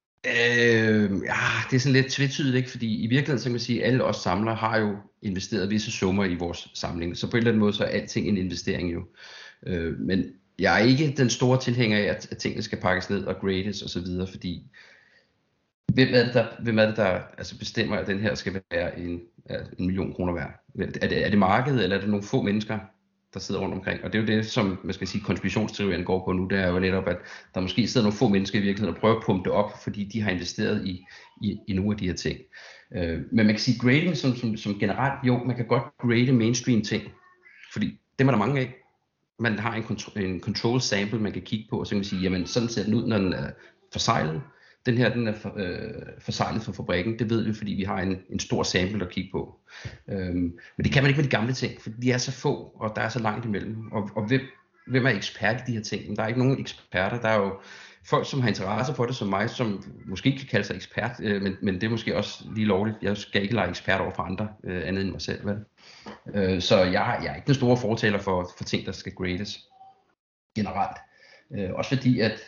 Øh, ja, det er sådan lidt tvetydigt, ikke? Fordi i virkeligheden, så kan man sige, at alle os samlere har jo investeret visse summer i vores samling, så på en eller anden måde, så er alting en investering jo. Øh, men jeg er ikke den store tilhænger af, at, at tingene skal pakkes ned og grades og så videre, fordi hvem er det, der, hvem er det, der altså bestemmer, at den her skal være en, en million kroner værd? Er det, er det markedet, eller er det nogle få mennesker, der sidder rundt omkring? Og det er jo det, som man skal sige, konspirationsteorien går på nu, det er jo netop, at der måske sidder nogle få mennesker i virkeligheden og prøver at pumpe det op, fordi de har investeret i, i, i nogle af de her ting. Øh, men man kan sige grading som, som, som generelt, jo, man kan godt grade mainstream ting, fordi dem er der mange af. Man har en, kontro- en control sample, man kan kigge på, og så kan man sige, jamen sådan ser den ud, når den er forsejlet. Den her, den er for, øh, forsejlet fra fabrikken, det ved vi, fordi vi har en, en stor sample at kigge på. Øhm, men det kan man ikke med de gamle ting, for de er så få, og der er så langt imellem. Og, og hvem, hvem er ekspert i de her ting? Der er ikke nogen eksperter, der er jo folk, som har interesse for det, som mig, som måske ikke kan kalde sig ekspert, øh, men, men det er måske også lige lovligt. Jeg skal ikke lege ekspert over for andre, øh, andet end mig selv, vel? Øh, så jeg, jeg er ikke den store fortaler for, for ting, der skal grades generelt. Øh, også fordi, at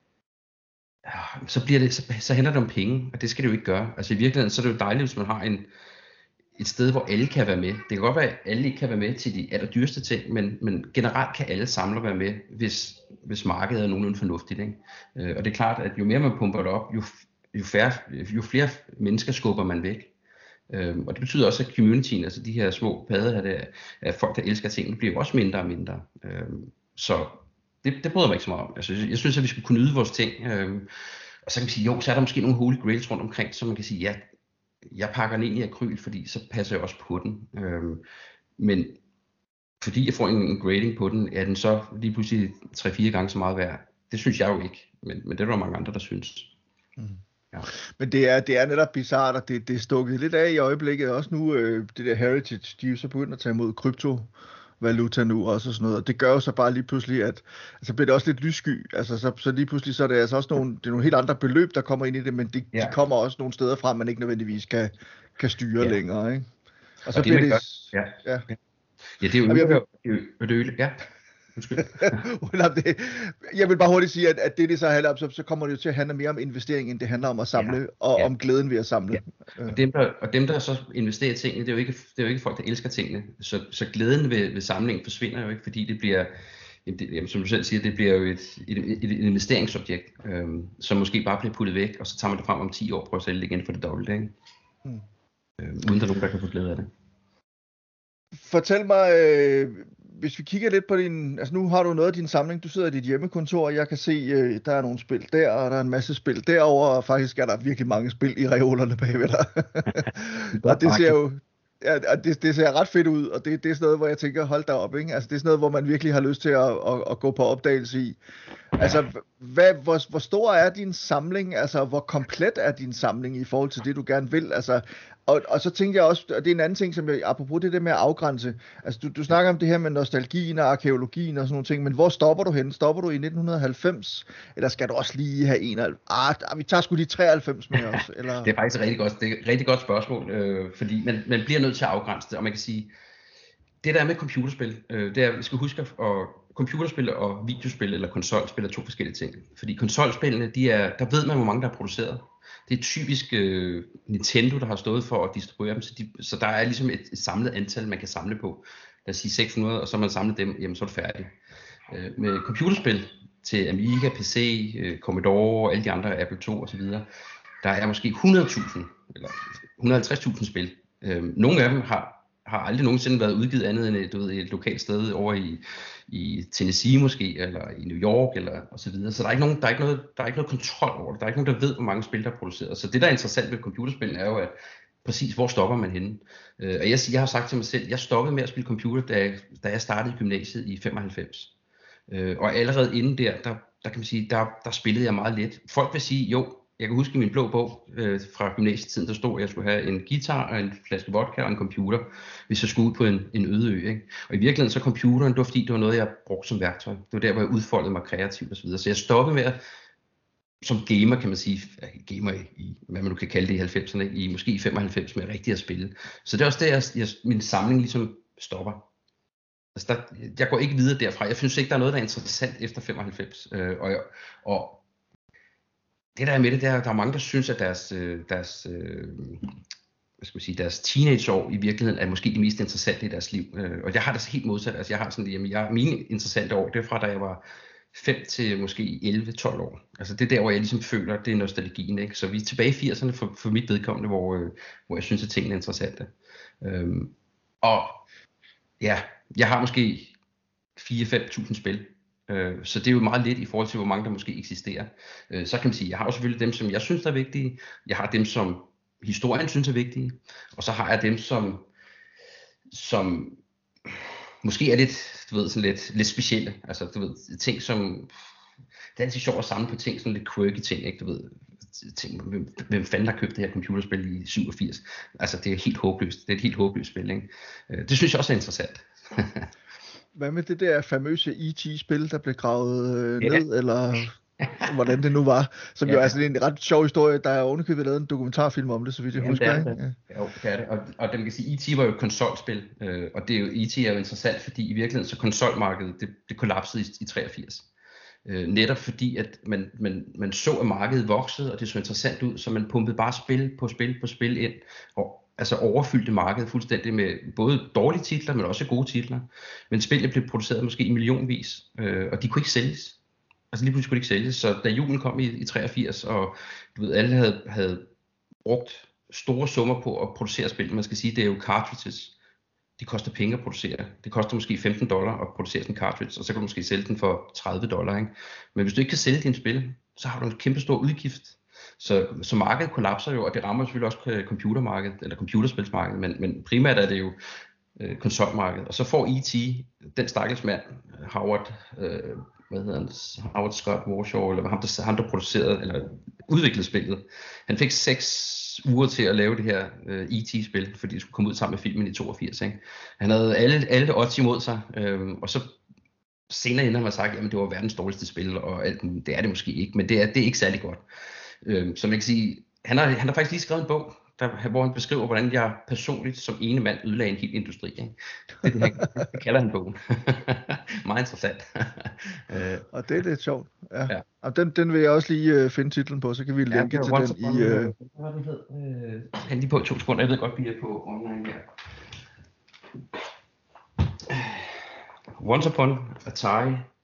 ja, så, bliver det, så, så handler det om penge, og det skal det jo ikke gøre. Altså i virkeligheden, så er det jo dejligt, hvis man har en, et sted, hvor alle kan være med. Det kan godt være, at alle ikke kan være med til de allerdyreste ting, men, men generelt kan alle samlere være med, hvis, hvis markedet er nogenlunde fornuftigt, ikke? Øh, og det er klart, at jo mere man pumper det op, jo, jo, færre, jo flere mennesker skubber man væk. Øh, og det betyder også, at communityen, altså de her små padder her, der, at folk, der elsker tingene, bliver også mindre og mindre. Øh, så det, det bryder mig ikke så meget om. Altså, jeg synes, at vi skulle kunne nyde vores ting. Øh, og så kan man sige, jo, så er der måske nogle holy grails rundt omkring, så man kan sige, ja, jeg pakker den ind i akryl, fordi så passer jeg også på den. Øhm, men fordi jeg får en, en grading på den, er den så lige pludselig tre-fire gange så meget værd. Det synes jeg jo ikke, men, men det er der mange andre, der synes. Mm. Ja. Men det er, det er netop bizarrt, og det, det er stukket lidt af i øjeblikket. Også nu, øh, det der Heritage, de er jo så begyndt at tage imod krypto valuta nu også og sådan noget, og det gør jo så bare lige pludselig, at altså bliver det også lidt lyssky, altså så, så lige pludselig så er det altså også nogle, det er nogle helt andre beløb, der kommer ind i det, men de, ja. de kommer også nogle steder fra, man ikke nødvendigvis kan, kan styre ja. længere, ikke? Og så og det, bliver det... Ja. Ja. Ja, det er jo ødeligt, ja. Jeg vil bare hurtigt sige, at, at det, det så handler om, så, så kommer det jo til at handle mere om investering, end det handler om at samle, ja, og ja. om glæden ved at samle. Ja. Og, dem, der, og dem, der så investerer i tingene, det er jo ikke, det er jo ikke folk, der elsker tingene. Så, så glæden ved, ved samlingen forsvinder jo ikke, fordi det bliver, jamen, det, jamen, som du selv siger, det bliver jo et, et, et, et investeringsobjekt, øh, som måske bare bliver puttet væk, og så tager man det frem om ti år og prøver at sælge det igen for det dobbelte, ikke? Mm. Øh, uden der er nogen, der kan få glæde af det. Fortæl mig, øh, hvis vi kigger lidt på din, altså nu har du noget af din samling, du sidder i dit hjemmekontor, og jeg kan se, øh, der er nogle spil der, og der er en masse spil derover, og faktisk er der virkelig mange spil i reolerne bagved dig. Og det ser jo, ja, det, det ser ret fedt ud, og det, det er sådan noget, hvor jeg tænker, hold da op, ikke? Altså det er sådan noget, hvor man virkelig har lyst til at, at, at gå på opdagelse i. Altså, hvad, hvor, hvor stor er din samling? Altså, hvor komplet er din samling i forhold til det, du gerne vil? Altså, og, og så tænker jeg også, og det er en anden ting, som jeg, apropos det der med at afgrænse. Altså, du, du snakker om det her med nostalgien og arkeologien og sådan nogle ting, men hvor stopper du hen? Stopper du i nitten halvfems? Eller skal du også lige have en? Ah, vi tager sgu de treoghalvfems med os. Eller? Det er faktisk et rigtig godt, det er et rigtig godt spørgsmål, øh, fordi man, man bliver nødt til at afgrænse det, og man kan sige, det der er med computerspil, øh, det er, vi skal huske, at computerspil og videospil eller konsolspil er to forskellige ting. Fordi konsolspillene, de er, der ved man, hvor mange der er produceret. Det er typisk øh, Nintendo, der har stået for at distribuere dem, så, de, så der er ligesom et, et samlet antal, man kan samle på. Lad os sige seks hundrede, og så har man samlet dem, jamen så er det færdigt. Øh, med computerspil til Amiga, P C, øh, Commodore og alle de andre, Apple to osv., der er måske hundrede tusind eller et hundrede og halvtreds tusind spil. Øh, nogle af dem har har aldrig nogensinde været udgivet andet end et, du ved, et lokalt sted over i, i Tennessee måske, eller i New York, eller og så videre. Så der er, ikke nogen, der, er ikke noget, der er ikke noget kontrol over det. Der er ikke nogen, der ved, hvor mange spil, der er produceret. Så det, der er interessant ved computerspil, er jo, at præcis, hvor stopper man henne. Øh, og jeg, jeg har sagt til mig selv, jeg stoppede med at spille computer, da jeg, da jeg startede i gymnasiet i femoghalvfems. Øh, og allerede inden der, der, der kan man sige, der, der spillede jeg meget let. Folk vil sige, jo, jeg kan huske min blå bog øh, fra gymnasietiden, der stod, at jeg skulle have en guitar og en flaske vodka og en computer, hvis jeg skulle ud på en, en øde ø. Ikke? Og i virkeligheden så computeren, det var fordi, det var noget, jeg brugte som værktøj. Det var der, hvor jeg udfoldede mig kreativt og så videre. Så jeg stoppede med at, som gamer kan man sige, gamer i, hvad man nu kan kalde det i halvfemserne, i måske i femoghalvfems med rigtig at spille. Så det er også der, jeg, jeg, min samling ligesom stopper. Altså der, jeg går ikke videre derfra. Jeg synes ikke, der er noget, der er interessant efter femoghalvfems. Øh, og, og det der er med det, der, der er mange, der synes, at deres, deres, hvad skal man sige, deres teenageår i virkeligheden er måske de mest interessante i deres liv. Og jeg har det helt modsat. Altså jeg har sådan, jamen jeg, mine interessante år, det er fra da jeg var fem til måske elleve tolv år. Altså det er der, hvor jeg ligesom føler, det er nostalgien. Ikke? Så vi er tilbage i firserne for, for mit vedkommende, hvor, hvor jeg synes, at tingene er interessante. Øhm, og ja, jeg har måske fire til fem tusind spil. Så det er jo meget lidt i forhold til, hvor mange der måske eksisterer. Så kan man sige, jeg har jo selvfølgelig dem, som jeg synes er vigtige. Jeg har dem, som historien synes er vigtige. Og så har jeg dem, som, som måske er lidt, du ved, sådan lidt, lidt specielle. Altså, du ved, ting som... Det er altid sjovt at samle på ting, sådan lidt quirky ting, ikke? Du ved, ting, hvem, hvem fanden har købt det her computerspil i syvogfirs? Altså, det er helt håbløst. Det er et helt håbløst spil, ikke? Det synes jeg også er interessant. Hvad med det der famøse E T-spil, der blev gravet øh, ned, ja. Eller hvordan det nu var, som ja. Jo er sådan en ret sjov historie, der er ovenikøbet lavet en dokumentarfilm om det, så vidt jeg Jamen, husker. Det er det. Ja. Jo, det er det. Og, og det, man kan sige, E T var jo et konsolspil, øh, og det er jo, E T er jo interessant, fordi i virkeligheden så konsolmarkedet, det, det kollapsede i, i treogfirs. Øh, netop fordi, at man, man, man så, at markedet voksede, og det så interessant ud, så man pumpede bare spil på spil på spil ind, og altså overfyldte markedet fuldstændig med både dårlige titler, men også gode titler. Men spillet blev produceret måske i millionvis, øh, og de kunne ikke sælges. Altså lige pludselig kunne de ikke sælges. Så da julen kom i, i treogfirs, og du ved, alle havde, havde brugt store summer på at producere spil. Man skal sige, det er jo cartridges. De koster penge at producere. Det koster måske femten dollar at producere sådan en cartridge, og så kan du måske sælge den for tredive dollar. Ikke? Men hvis du ikke kan sælge din spil, så har du en kæmpe stor udgift. Så, så markedet kollapser jo, og det rammer selvfølgelig også computermarkedet, eller computerspilsmarkedet, men, men primært er det jo øh, konsolmarkedet. Og så får E T, den stakkels mand, Howard, øh, hvad hedder han, Howard Scott Warshaw, eller ham der, ham, der producerede, eller udviklede spillet, han fik seks uger til at lave det her øh, E T-spil, fordi det skulle komme ud sammen med filmen i toogfirs. Ikke? Han havde alle, alle odds imod sig, øh, og så senere hen har man sagt, at det var verdens dårligste spil, og alt, det er det måske ikke, men det er, det er ikke særlig godt. Øh, så man kan sige, han har, han har faktisk lige skrevet en bog, der, hvor han beskriver, hvordan jeg personligt som ene mand ødelagde en hel industri. Ikke? Det, det, det kalder han bogen. Meget interessant. øh, og det er lidt sjovt. Ja. Ja. Og den, den vil jeg også lige uh, finde titlen på, så kan vi linke ja, til den i... Uh... Hvad var den hed? Øh, han lige på to sekunder, jeg ved godt, vi er på online her. Once Upon Atari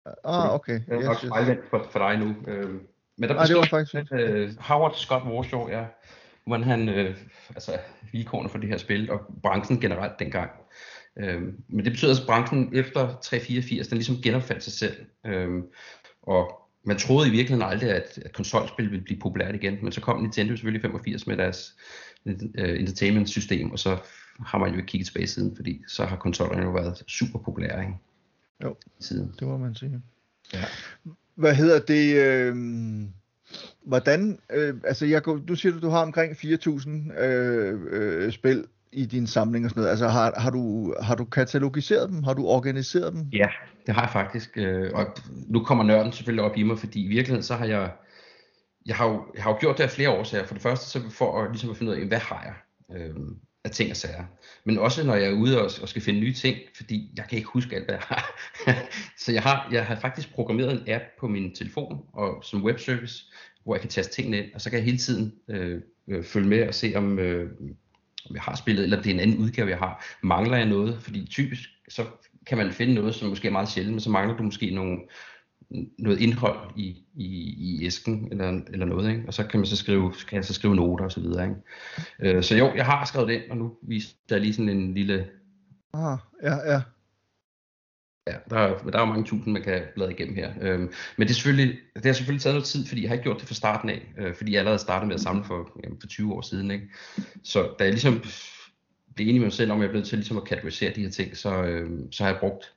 Ah, okay. Det er nok Yes, yes. spejlvendt for, for dig nu. Øh, men der Ah, det var beskriver faktisk fint. øh, Howard Scott Warshaw, ja, hvordan han, øh, altså vilkårene for det her spil, og branchen generelt dengang. Øh, men det betyder, at branchen efter tre fireogfirs, den ligesom genopfandt sig selv. Øh, og man troede i virkeligheden aldrig, at, at konsolspil ville blive populært igen, men så kom Nintendo selvfølgelig i femogfirs med deres uh, entertainment-system, og så har man jo ikke kigget tilbage siden, fordi så har konsollerne jo været super populære, ikke? Jo, siden. Det må man sige. Ja. Hvad hedder det? Øh, hvordan, øh, altså jeg, du siger, at du har omkring fire tusind øh, øh, spil i din samling og sådan noget. Altså har, har, du, har du katalogiseret dem? Har du organiseret dem? Ja, det har jeg faktisk. Og nu kommer nørden selvfølgelig op i mig, fordi i virkeligheden så har jeg, jeg har jo, jeg har jo gjort det af flere årsager. For det første så for at, ligesom at finde ud af, hvad har jeg øh, af ting og sager. Men også når jeg er ude og, og skal finde nye ting, fordi jeg kan ikke huske alt, hvad jeg har. Så jeg har, jeg har faktisk programmeret en app på min telefon og som webservice, hvor jeg kan taste tingene ind, og så kan jeg hele tiden øh, øh, følge med og se om... Øh, om jeg har spillet, eller det er en anden udgave, jeg har. Mangler jeg noget? Fordi typisk, så kan man finde noget, som måske er meget sjældent, men så mangler du måske nogle, noget indhold i, i, i æsken, eller, eller noget, ikke? Og så kan man så skrive, kan jeg så skrive noter og så videre, ikke? Øh, så jo, jeg har skrevet det ind, og nu viser jeg lige sådan en lille... Ah, ja, ja. Ja, der er, der er jo mange tusind, man kan bladre igennem her. Øhm, men det, er selvfølgelig, det har selvfølgelig taget noget tid, fordi jeg har ikke gjort det fra starten af, øh, fordi jeg allerede startede med at samle for, jamen, for tyve år siden. Ikke? Så da jeg ligesom blev enig med mig selv om, at jeg blev til ligesom at kategorisere de her ting, så, øh, så har jeg brugt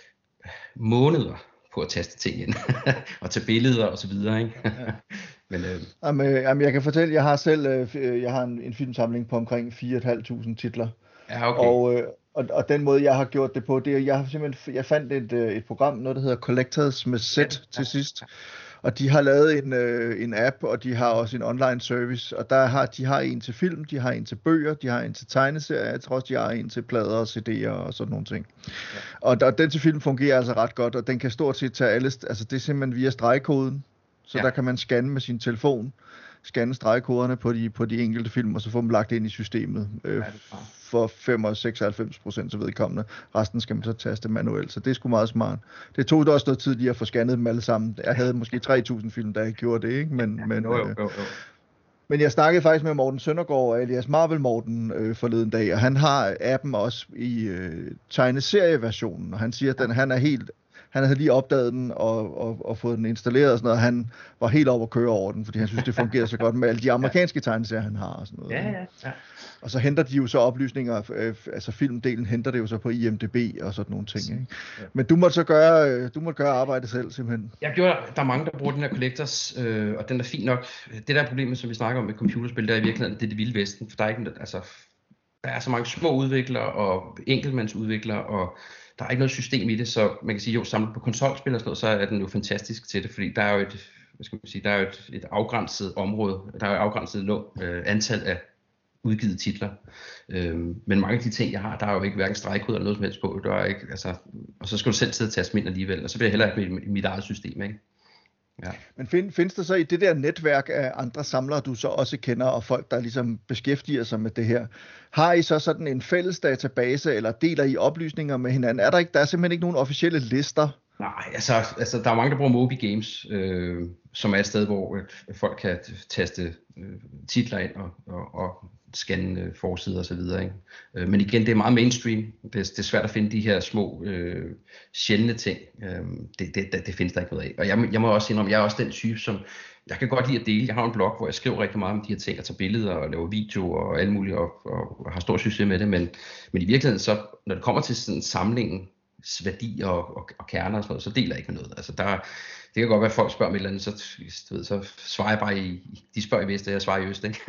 måneder på at taste ting ind, og tage billeder og så videre. Ikke? Ja. Men, øh... jamen, jamen, jeg kan fortælle, jeg har selv øh, jeg har en, en filmsamling på omkring fire tusind fem hundrede titler. Ja, okay. Og øh, Og, og den måde, jeg har gjort det på, det er, jeg har simpelthen, jeg fandt et, et program, noget der hedder Collectors med Z til sidst, og de har lavet en, øh, en app, og de har også en online service, og der har, de har en til film, de har en til bøger, de har en til tegneserier, jeg tror også, de har en til plader og C D'er og sådan nogle ting. Ja. Og, og den til film fungerer altså ret godt, og den kan stort set tage alle, altså det er simpelthen via stregkoden, så ja. Der kan man scanne med sin telefon, scanne stregkoderne på de, på de enkelte film, og så få dem lagt ind i systemet øh, for fem og seksoghalvfems procent så vedkommende. Resten skal man så taste manuelt, så det er sgu meget smart. Det tog da også noget tid lige at få scannet dem alle sammen. Jeg havde måske tre tusind film, da jeg gjorde det, ikke? Men, ja, men, jo, jo, jo, jo. men jeg snakkede faktisk med Morten Søndergaard, alias Marvel Morten, øh, forleden dag, og han har appen også i øh, tegneserieversionen, og han siger, at den, han er helt... Han havde lige opdaget den og, og, og fået den installeret og sådan noget. Han var helt over at køre over den, fordi han synes, det fungerer så godt med alle de amerikanske tegneserier, han har og sådan noget. Ja, ja, ja. Og så henter de jo så oplysninger, øh, altså filmdelen henter det jo så på I M D B og sådan nogle ting. Ikke? Ja. Men du måtte så gøre, du måtte gøre arbejdet selv simpelthen. Jeg gjorde, der er mange, der bruger den her Collectors, øh, og den er fint nok. Det der problemet, som vi snakker om med computerspil, der er i virkeligheden, det er det vilde vesten, for der er ikke, altså, der er så mange små udviklere og enkeltmandsudviklere, og der er ikke noget system i det, så man kan sige, jo, samlet på konsolspil og sådan noget, så er den jo fantastisk til det, fordi der er jo et, hvad skal man sige, der er jo et, et afgrænset område, der er jo et afgrænset nå, øh, antal af udgivet titler, øhm, men mange af de ting, jeg har, der er jo ikke hverken stregkode eller noget som helst på, der er ikke, altså, og så skal du selv sidde og taste dem ind alligevel, og så vil jeg hellere have mit, mit eget system, ikke? Ja. Men find, findes der så i det der netværk af andre samlere, du så også kender, og folk, der ligesom beskæftiger sig med det her, har I så sådan en fælles database, eller deler I oplysninger med hinanden? Er der ikke, der er simpelthen ikke nogen officielle lister? Nej, altså, altså der er mange, der bruger Moby Games, øh, som er et sted, hvor folk kan taste øh, titler ind og, og, og scanne øh, forsider og så videre, ikke? Øh, men igen, det er meget mainstream. Det er, det er svært at finde de her små, øh, sjældne ting. Øh, det, det, det, det findes der ikke noget af. Og jeg, jeg må også indrømme, jeg er også den type, som jeg kan godt lide at dele. Jeg har en blog, hvor jeg skriver rigtig meget om de her ting, og tager billeder og laver videoer og alt muligt, og, og, og har stor succes med det. Men, men i virkeligheden, så, når det kommer til sådan samlingen, værdi og, og, og kerner og sådan noget, så deler jeg ikke med noget. Altså der, det kan godt være, at folk spørger mig et eller andet, så, du ved, så svarer jeg bare i, de spørger i vest, og jeg svarer i øst, ikke?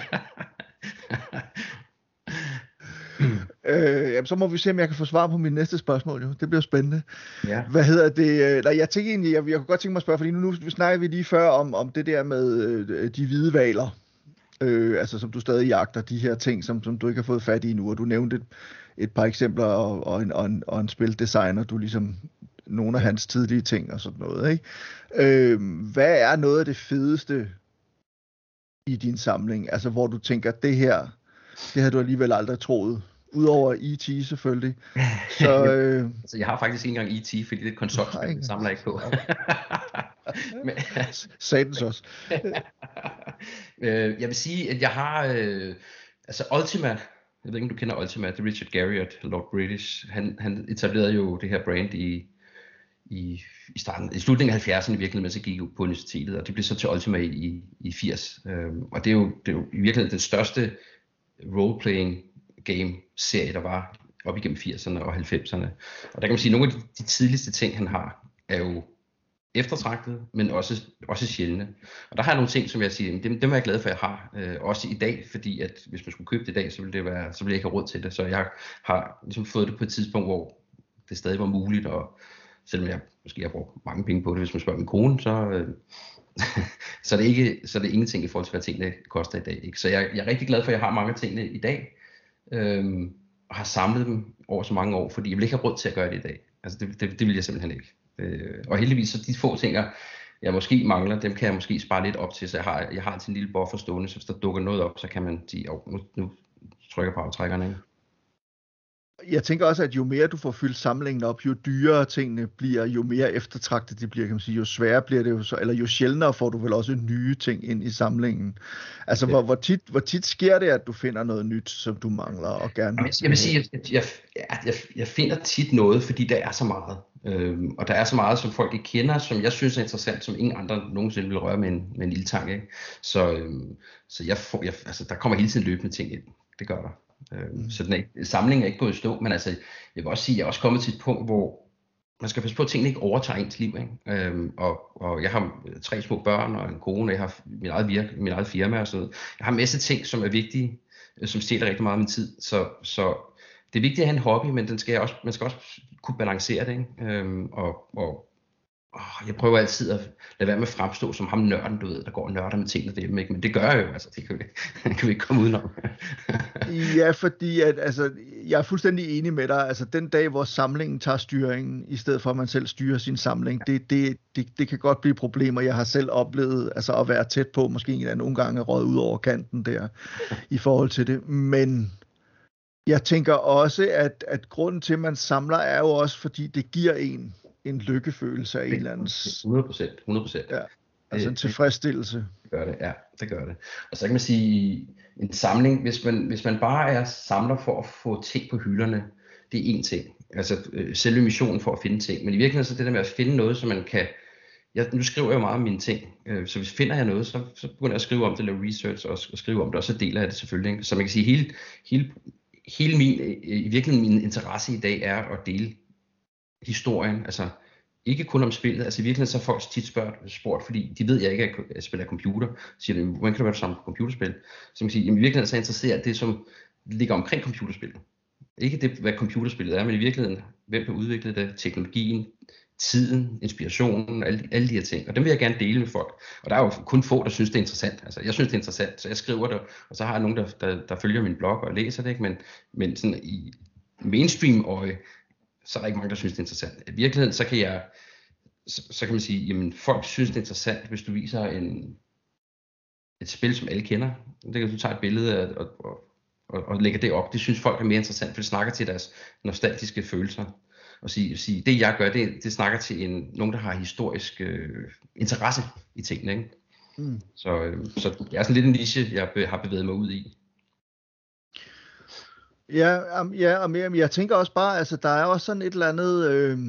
øh, jamen, så må vi se, om jeg kan få svar på mit næste spørgsmål, jo. Det bliver spændende. Ja. Hvad hedder det? Nej, jeg tænker egentlig, jeg, jeg kunne godt tænke mig at spørge, fordi nu, nu snakker vi lige før om, om det der med øh, de hvide hvaler, øh, altså som du stadig jagter, de her ting, som, som du ikke har fået fat i nu, og du nævnte et, et par eksempler, og, og, en, og, en, og en spildesigner, du ligesom, nogle af hans tidlige ting og sådan noget, ikke? Øh, hvad er noget af det fedeste i din samling, altså hvor du tænker, det her, det har du alligevel aldrig troet, Udover E T selvfølgelig. Så, øh... altså, jeg har faktisk ikke engang E T, fordi det er et konsolspil, det samler jeg ikke på. Men... Satans også. øh, jeg vil sige, at jeg har... Øh, altså Ultima, jeg ved ikke, om du kender Ultima, det er Richard Garriott, Lord British. Han, han etablerede jo det her brand i, i, i, starten, i slutningen af halvfjerdserne i virkeligheden, mens jeg gik på universitetet, og det blev så til Ultima i, i firs. Øh, og det er, jo, det er jo i virkeligheden den største role-playing game serie, der var op igennem firserne og halvfemserne. Og der kan man sige, at nogle af de, de tidligste ting, han har, er jo eftertragtede, men også, også sjældne. Og der har jeg nogle ting, som jeg siger, dem, dem er jeg glad for, at jeg har, øh, også i dag, fordi at hvis man skulle købe det i dag, så ville, det være, så ville jeg ikke have råd til det. Så jeg har ligesom fået det på et tidspunkt, hvor det stadig var muligt, og selvom jeg måske har brugt mange penge på det, hvis man spørger min kone, så, øh, så, er det ikke, så er det ingenting i forhold til, hvad tingene koster i dag. Ikke? Så jeg, jeg er rigtig glad for, at jeg har mange af tingene i dag, øh, og har samlet dem over så mange år, fordi jeg vil ikke have råd til at gøre det i dag. Altså det, det, det vil jeg simpelthen ikke. Øh, og heldigvis så de få ting, jeg måske mangler, dem kan jeg måske spare lidt op til, så jeg har, jeg har altid en lille buffer stående, så hvis der dukker noget op, så kan man sige, oh, nu, nu trykker jeg på aftrækkerne. Ikke? Jeg tænker også, at jo mere du får fyldt samlingen op, jo dyrere tingene bliver, jo mere eftertragtet de bliver, kan man sige, jo sværere bliver det jo så, eller jo sjældnere får du vel også nye ting ind i samlingen. Altså, ja. hvor, hvor, tit, hvor tit sker det, at du finder noget nyt, som du mangler og gerne vil? Jeg vil sige, at jeg, jeg, jeg, jeg finder tit noget, fordi der er så meget. Øhm, og der er så meget, som folk ikke kender, som jeg synes er interessant, som ingen andre nogensinde vil røre med en, med en ildtang. Ikke? Så, øhm, så jeg får, jeg, altså, der kommer hele tiden løbende ting ind. Det gør der. Øhm, så den er, samlingen er ikke gået i stå, men altså, jeg vil også sige, at jeg er også kommet til et punkt, hvor man skal passe på, at tingene ikke overtager ens liv. Ikke? Øhm, og, og jeg har tre små børn og en kone, og jeg har mit eget virke, mit eget firma og sådan noget. Jeg har en masse ting, som er vigtige, som stjæler rigtig meget af min tid. Så, så det er vigtigt at have en hobby, men den skal også, man skal også kunne balancere det. Ikke? Øhm, og, og åh, jeg prøver altid at lade være med at fremstå som ham nørden, du ved, der går og nørder med tingene derhjemme, ikke? Men det gør jeg jo, altså, det kan vi, det kan vi ikke komme udenom. Ja, fordi at, altså, jeg er fuldstændig enig med dig. Altså, den dag, hvor samlingen tager styringen, i stedet for at man selv styrer sin samling, det, det, det, det kan godt blive problemer. Jeg har selv oplevet altså, at være tæt på, måske en eller anden gange røget ud over kanten der, i forhold til det. Men jeg tænker også, at, at grunden til, at man samler, er jo også, fordi det giver en en lykkefølelse af en eller anden... hundrede procent, hundrede procent. Ja, altså en tilfredsstillelse. Det gør det, ja, det gør det. Og så kan man sige, en samling, hvis man, hvis man bare er samler for at få ting på hylderne, det er én ting. Altså selve missionen for at finde ting. Men i virkeligheden så det der med at finde noget, som man kan... Jeg, nu skriver jeg jo meget om mine ting, så hvis finder jeg noget, så, så begynder jeg at skrive om det, lave research og, og skrive om det, og så deler jeg det selvfølgelig. Ikke? Så man kan sige, hele, hele, hele min, i virkeligheden min interesse i dag er at dele historien, altså ikke kun om spillet, altså i virkeligheden så er folk tit spørgt, spurgt, fordi de ved, at jeg ikke er, jeg spiller computer, så siger de, hvordan kan du være sammen på computerspil? Så man kan sige, jamen i virkeligheden så interesserer det, som ligger omkring computerspillet. Ikke det, hvad computerspillet er, men i virkeligheden, hvem der udviklet det, teknologien, tiden, inspirationen, alle, alle de her ting, og dem vil jeg gerne dele med folk. Og der er jo kun få, der synes, det er interessant. Altså jeg synes, det er interessant, så jeg skriver det, og så har jeg nogen, der, der, der følger min blog og læser det, ikke? Men, men sådan i mainstream-øje, så er der ikke mange, der synes, det er interessant. I virkeligheden, så kan jeg, så, så kan man sige, jamen folk synes, det er interessant, hvis du viser en, et spil, som alle kender. Det kan du tage et billede og, og, og, og lægge det op. Det synes folk er mere interessant, for det snakker til deres nostalgiske følelser. Og sige, sige det jeg gør, det, det snakker til en, nogen, der har historisk øh, interesse i tingene. Ikke? Mm. Så, øh, så det er sådan lidt en niche, jeg be, har bevæget mig ud i. Ja, um, ja, og mere, jeg tænker også bare, altså der er også sådan et eller andet, øh,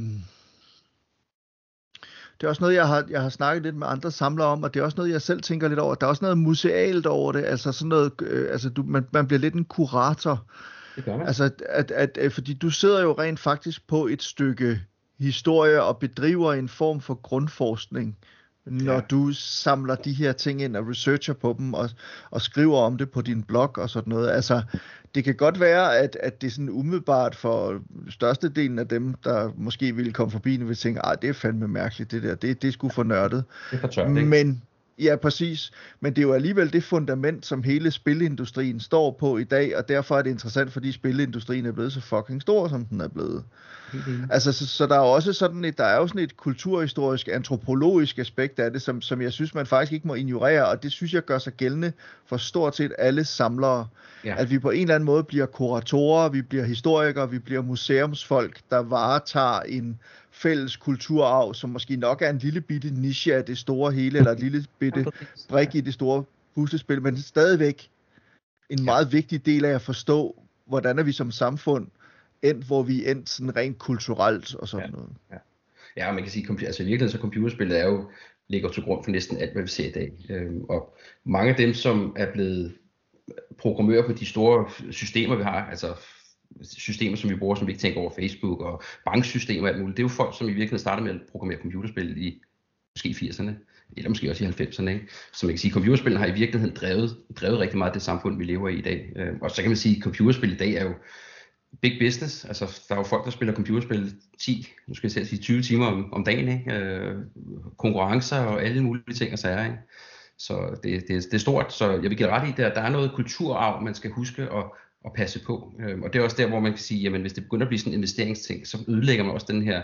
det er også noget, jeg har, jeg har snakket lidt med andre samlere om, og det er også noget, jeg selv tænker lidt over. Der er også noget musealt over det, altså sådan noget, øh, altså du, man, man bliver lidt en kurator. Det gør man. Altså, at, at, at, fordi du sidder jo rent faktisk på et stykke historie og bedriver en form for grundforskning, når ja. du samler de her ting ind og researcher på dem og, og skriver om det på din blog og sådan noget. Altså, det kan godt være, at, at det er sådan umiddelbart for størstedelen af dem, der måske ville komme forbi, og vil tænke, at det er fandme mærkeligt, det der, det, det er sgu for nørdet. Det er for tørt, ikke? Men, Ja, præcis. Men det er jo alligevel det fundament, som hele spilindustrien står på i dag, og derfor er det interessant, fordi spilindustrien er blevet så fucking stor, som den er blevet. Altså, så, så der er jo også sådan et, der er jo sådan et kulturhistorisk, antropologisk aspekt af det, som, som jeg synes, man faktisk ikke må ignorere, og det synes jeg gør sig gældende for stort set alle samlere. Ja. At vi på en eller anden måde bliver kuratorer, vi bliver historikere, vi bliver museumsfolk, der varetager en fælles kulturarv, som måske nok er en lille bitte niche af det store hele, eller et lille bitte brik i det store puslespil, men stadigvæk en meget vigtig del af at forstå, hvordan er vi som samfund endt, hvor vi er endt sådan rent kulturelt og sådan ja, noget. Ja, ja, man kan sige, altså i virkeligheden så computerspillet er jo, ligger til grund for næsten alt, hvad vi ser i dag. Øhm, og mange af dem, som er blevet programmører på de store systemer, vi har, altså systemer, som vi bruger, som vi ikke tænker over, Facebook og banksystemer og alt muligt, det er jo folk, som i virkeligheden starter med at programmere computerspil i måske firserne, eller måske også i halvfemserne. Ikke? Så man kan sige, at computerspillene har i virkeligheden drevet, drevet rigtig meget det samfund, vi lever i i dag. Øhm, og så kan man sige, at computerspil i dag er jo big business. Altså, der er jo folk, der spiller computerspil ti, nu skal jeg selv sige tyve timer om, om dagen, ikke? Øh, konkurrencer og alle mulige ting og sager, ikke? Så det, det, det er stort, så jeg vil give ret i, at der er noget kulturarv, man skal huske at, at passe på. Øh, og det er også der, hvor man kan sige, jamen hvis det begynder at blive sådan en investeringsting, så ødelægger man også den her.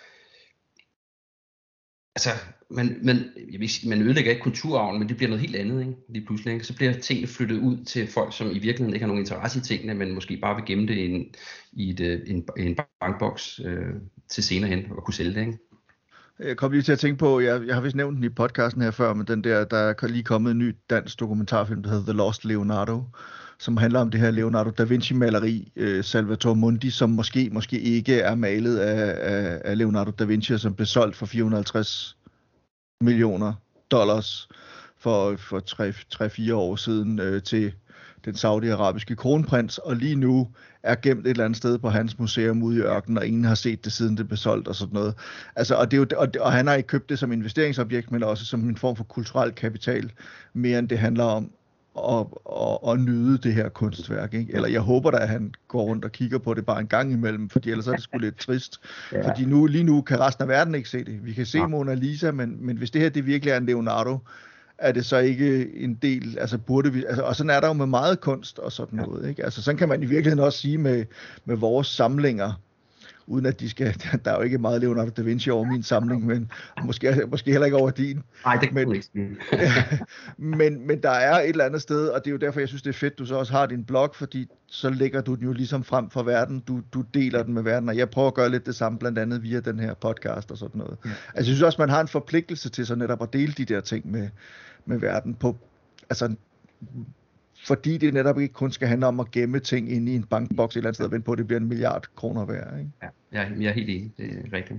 Altså, man, man, jeg vil sige, man ødelægger ikke kulturarven, men det bliver noget helt andet, ikke? Lige pludselig, ikke? Så bliver tingene flyttet ud til folk, som i virkeligheden ikke har nogen interesse i tingene, men måske bare vil gemme det i en, i et, en, en bankboks øh, til senere hen og kunne sælge det, ikke? Jeg kom lige til at tænke på, jeg, jeg har vist nævnt den i podcasten her før, men den der, der er lige kommet en ny dansk dokumentarfilm, der hedder The Lost Leonardo, som handler om det her Leonardo da Vinci maleri, øh, Salvator Mundi, som måske måske ikke er malet af, af, af Leonardo da Vinci, som blev solgt for fire hundrede og halvtreds millioner dollars for, for tre fire år siden øh, til den saudiarabiske kronprins, og lige nu er gemt et eller andet sted på hans museum ude i ørkenen, og ingen har set det, siden det blev solgt og sådan noget. Altså, og, det er jo, og, og han har ikke købt det som investeringsobjekt, men også som en form for kulturel kapital, mere end det handler om at, at, at nyde det her kunstværk. Ikke? Eller jeg håber da, at han går rundt og kigger på det bare en gang imellem, fordi ellers er det sgu lidt trist. Ja. Fordi nu, lige nu kan resten af verden ikke se det. Vi kan se ja. Mona Lisa, men, men hvis det her det virkelig er en Leonardo, er det så ikke en del, altså burde vi, altså, og sådan er der jo med meget kunst og sådan ja. Noget, ikke? Altså sådan kan man i virkeligheden også sige med, med vores samlinger, uden at de skal, der er jo ikke meget Leonardo da Vinci over min samling, men måske, måske heller ikke over din. Nej, det kan men, ikke. men, men der er et eller andet sted, og det er jo derfor, jeg synes, det er fedt, du så også har din blog, fordi så lægger du den jo ligesom frem for verden, du, du deler den med verden, og jeg prøver at gøre lidt det samme, blandt andet via den her podcast og sådan noget. Ja. Altså jeg synes også, man har en forpligtelse til så netop at dele de der ting med, med verden på, altså fordi det netop ikke kun skal handle om at gemme ting inde i en bankboks et eller andet sted og vente på, at det bliver en milliard kroner værd. Ikke? Ja, jeg, jeg er helt enig. Det er rigtigt.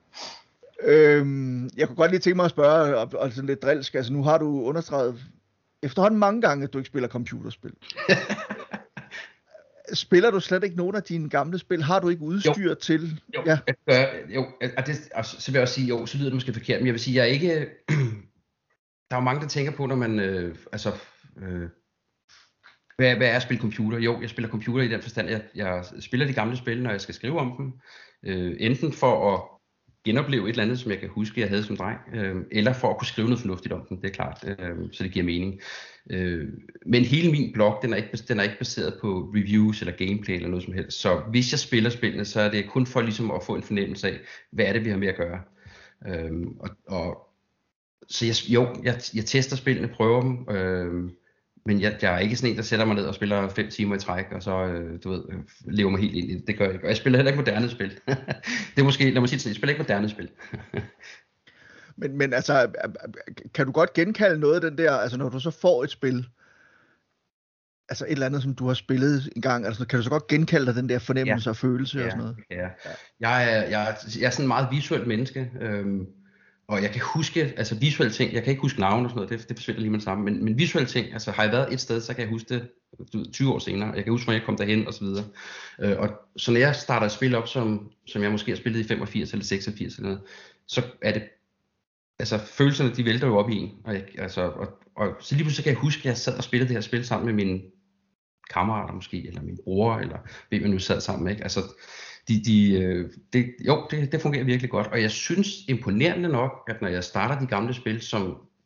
Øhm, jeg kunne godt lige tænke mig at spørge, og, og sådan lidt drilsk, altså nu har du understreget efterhånden mange gange, at du ikke spiller computerspil. Spiller du slet ikke nogen af dine gamle spil? Har du ikke udstyr jo. til? Jo, ja. jeg gør, jo og det, og så vil jeg også sige, jo, så lyder det måske forkert, men jeg vil sige, jeg er ikke, der er jo mange, der tænker på, når man, øh, altså, øh, Hvad, hvad er at spille computer? Jo, jeg spiller computer i den forstand, at jeg, jeg spiller de gamle spil, når jeg skal skrive om dem. Øh, enten for at genopleve et eller andet, som jeg kan huske, jeg havde som dreng, øh, eller for at kunne skrive noget fornuftigt om dem, det er klart, øh, så det giver mening. Øh, men hele min blog, den er, ikke, den er ikke baseret på reviews eller gameplay eller noget som helst. Så hvis jeg spiller spillene, så er det kun for ligesom at få en fornemmelse af, hvad er det, vi har med at gøre. Øh, og, og, så jeg, jo, jeg, jeg tester spillene, prøver dem, øh, men jeg, jeg er ikke sådan en, der sætter mig ned og spiller fem timer i træk, og så, øh, du ved, øh, lever mig helt ind i det. Det gør jeg ikke. Og jeg spiller heller ikke moderne spil. Det er måske, lad mig sige det, jeg spiller ikke moderne spil. men, men altså, kan du godt genkalde noget af den der, altså når du så får et spil, altså et eller andet, som du har spillet en gang, altså kan du så godt genkalde dig den der fornemmelse ja. Og følelse ja. og sådan noget? Ja, jeg er, jeg, er, jeg er sådan en meget visuelt menneske, øhm, og jeg kan huske, altså visuelle ting, jeg kan ikke huske navne og sådan noget, det, det forsvinder lige med det samme, men, men visuelle ting, altså har jeg været et sted, så kan jeg huske det tyve år senere, jeg kan huske, hvor jeg kom derhen og så videre. Øh, og så når jeg starter et spil op, som, som jeg måske har spillet i femogfirs eller seksogfirs eller noget, så er det, altså følelserne, de vælter jo op i en, og, jeg, altså, og, og så lige pludselig kan jeg huske, at jeg sad og spillede det her spil sammen med mine kammerater måske, eller min bror, eller hvem jeg nu sad sammen med, ikke? Altså, De, de, det, jo, det, det fungerer virkelig godt, og jeg synes imponerende nok, at når jeg starter de gamle spil, som,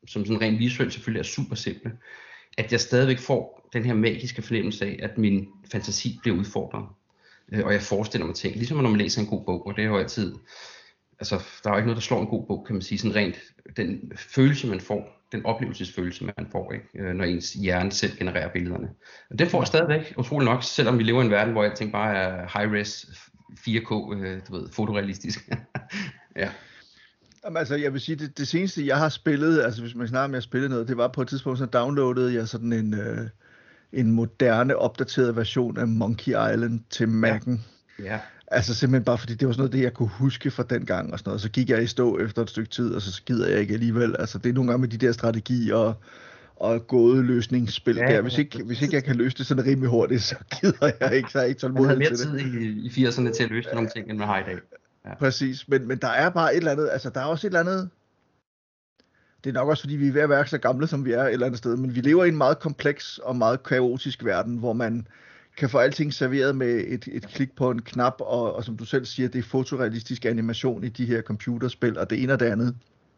som sådan rent visuelt selvfølgelig er super simple, at jeg stadigvæk får den her magiske fornemmelse af, at min fantasi bliver udfordret. Øh, og jeg forestiller mig ting, ligesom når man læser en god bog, og det er jo altid, altså der er jo ikke noget, der slår en god bog, kan man sige, sådan rent, den følelse man får, den oplevelsesfølelse man får, ikke? Når ens hjerne selv genererer billederne. Og det får jeg stadigvæk, utrolig nok, selvom vi lever i en verden, hvor alting bare er high-res, fire K, øh, du ved, fotorealistisk. Ja. Jamen, altså, jeg vil sige, det, det seneste, jeg har spillet, altså hvis man snakker med at spille noget, det var på et tidspunkt, så downloadede jeg sådan en, øh, en moderne, opdateret version af Monkey Island til Mac'en. Ja. Ja. Altså simpelthen bare fordi, det var sådan noget, det jeg kunne huske fra den gang og sådan noget. Så gik jeg i stå efter et stykke tid, og så gider jeg ikke alligevel. Altså det er nogle gange med de der strategier og, og gåde løsningsspil ja, der. Hvis ikke, hvis ikke jeg kan løse det sådan rimelig hurtigt, så gider jeg ikke. Så er jeg ikke tålmodig til det. Man havde mere tid i, i firserne til at løse ja. nogle ting, end man har i dag. Ja. Præcis, men, men der er bare et eller andet, altså der er også et eller andet, det er nok også fordi vi er ved at være så gamle som vi er et eller andet sted, men vi lever i en meget kompleks og meget kaotisk verden, hvor man kan få alting serveret med et, et klik på en knap, og, og som du selv siger, det er fotorealistisk animation i de her computerspil, og det ene og det andet.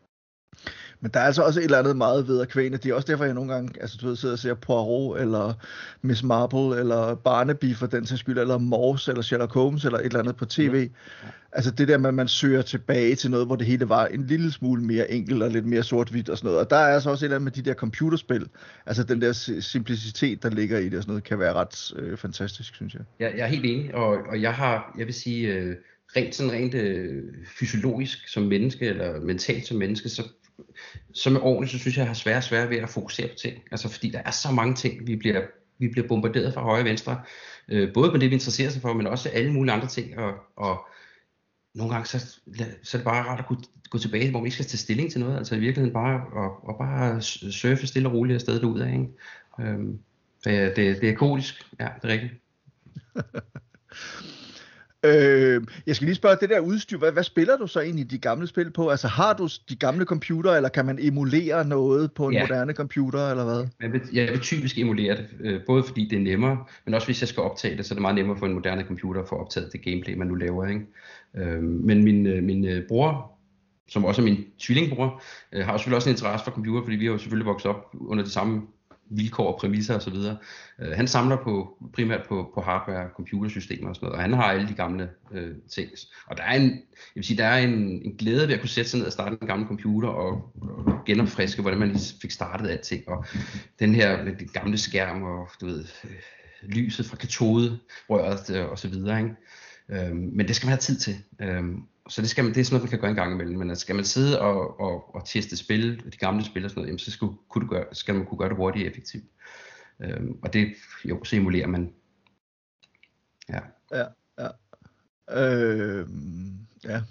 Men der er altså også et eller andet meget ved at kvæne. Det er også derfor, jeg nogle gange altså, du ved, sidder og ser Poirot, eller Miss Marple, eller Barnaby for den sags skyld, eller Morse, eller Sherlock Holmes, eller et eller andet på tv. Ja. Altså det der med, at man søger tilbage til noget, hvor det hele var en lille smule mere enkelt, og lidt mere sort-hvidt og sådan noget. Og der er altså også et eller andet med de der computerspil. Altså den der simplicitet, der ligger i det og sådan noget, kan være ret øh, fantastisk, synes jeg. Ja, jeg er helt enig, og, og jeg har, jeg vil sige, øh, rent sådan rent øh, fysiologisk som menneske, eller mentalt som menneske, så så med årene, så synes jeg, jeg har svært og svært ved at fokusere på ting. Altså fordi der er så mange ting, vi bliver, vi bliver bombarderet fra højre og venstre. Øh, både på det, vi interesserer sig for, men også alle mulige andre ting. Og, og nogle gange, så, så er det bare rart at kunne gå tilbage, hvor vi ikke skal tage stilling til noget. Altså i virkeligheden bare, og, og bare surfe stille og roligt afsted derudad, ikke? Øhm, det, det, det er kodisk. Ja, det er rigtigt. Øh, jeg skal lige spørge, det der udstyr, hvad, hvad spiller du så egentlig de gamle spil på? Altså har du de gamle computer, eller kan man emulere noget på en ja. moderne computer, eller hvad? Jeg vil, jeg vil typisk emulere det, øh, både fordi det er nemmere, men også hvis jeg skal optage det, så er det meget nemmere for en moderne computer at få optaget det gameplay, man nu laver, ikke? Øh, men min, øh, min øh, bror, som også er min tvillingbror, øh, har jo selvfølgelig også en interesse for computer, fordi vi har jo selvfølgelig vokset op under de samme vilkår og præmisser og så videre. Uh, han samler på primært på, på hardware, computersystemer og sådan noget, og han har alle de gamle uh, ting. Og der er en, jeg vil sige, der er en, en glæde ved at kunne sætte sig ned og starte en gammel computer og, og genopfriske, hvordan man fik startet alting, og den her den gamle skærm og du ved, øh, lyset fra katoderøret øh, og så videre, ikke? Uh, men det skal man have tid til. Uh, Så det, skal man, det er sådan noget, man kan gøre en gang imellem. Men skal man sidde og, og, og teste spil, de gamle spil og sådan noget, jamen, så skal, kunne du gøre, skal man kunne gøre det hurtigt og effektivt. Øhm, og det, jo, så emulerer man. Ja. Ja, ja. Øh, ja.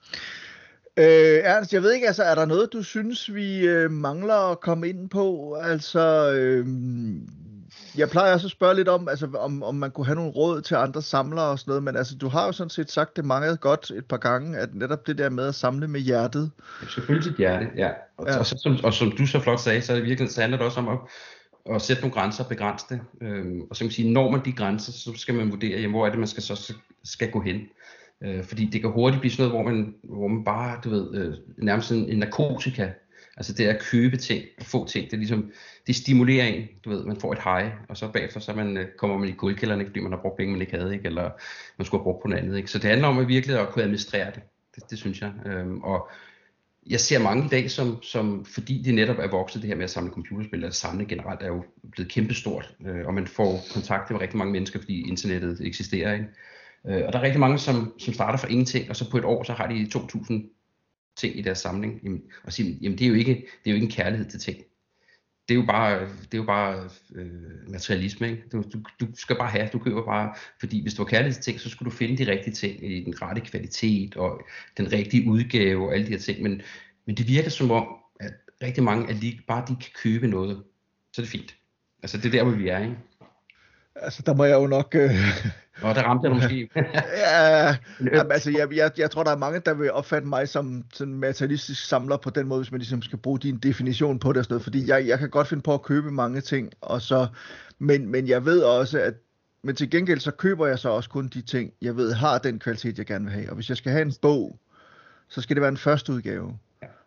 Øh, Ernst, jeg ved ikke, altså, er der noget, du synes, vi øh, mangler at komme ind på? Altså, øh, jeg plejer også at spørge lidt om, altså, om, om man kunne have nogle råd til andre samlere og sådan noget, men altså, du har jo sådan set sagt det meget godt et par gange, at netop det der med at samle med hjertet. Selvfølgelig sit hjerte, ja. Og, ja. Og, så, som, og som du så flot sagde, så er det virkelig, så handler det også om at, at sætte nogle grænser og begrænse det. Øhm, og så kan man sige, når man de grænser, så skal man vurdere, jamen, hvor er det, man skal så skal gå hen. Øh, fordi det kan hurtigt blive sådan noget, hvor man, hvor man bare, du ved, øh, nærmest en, en narkotika. Altså det at købe ting, at få ting, det er ligesom, det stimulerer en, du ved, man får et high, og så bagefter, så man, øh, kommer man i guldkælderen, ikke, fordi man har brugt penge, man ikke havde, ikke, eller man skulle have brugt på noget andet, ikke. Så det handler om at virkelig at kunne administrere det, det, det synes jeg. Øhm, og jeg ser mange i dag, som, som fordi det netop er vokset, det her med at samle computerspil, eller samle generelt, er jo blevet kæmpestort, øh, og man får kontakt med rigtig mange mennesker, fordi internettet eksisterer, ikke. Øh, og der er rigtig mange, som, som starter fra ingenting, og så på et år, så har de to tusind ting i deres samling, jamen, og sige, jamen det er jo ikke, det er jo ikke en kærlighed til ting. Det er jo bare, det er jo bare øh, materialisme, ikke? Du, du, du skal bare have, du køber bare, fordi hvis du har kærlighed til ting, så skulle du finde de rigtige ting i den rette kvalitet og den rigtige udgave og alle de her ting. Men, men det virker som om, at rigtig mange er lige, bare de kan købe noget, så er det fint. Altså det er der, hvor vi er, ikke? Altså der må jeg jo nok... Øh... Nå, der ramte jeg måske. ja, jamen, altså jeg, jeg, jeg tror, der er mange, der vil opfatte mig som sådan materialistisk samler på den måde, hvis man ligesom skal bruge din definition på det og sådan noget, fordi jeg, jeg kan godt finde på at købe mange ting, og så, men, men jeg ved også, at men til gengæld så køber jeg så også kun de ting, jeg ved har den kvalitet, jeg gerne vil have, og hvis jeg skal have en bog, så skal det være en første udgave.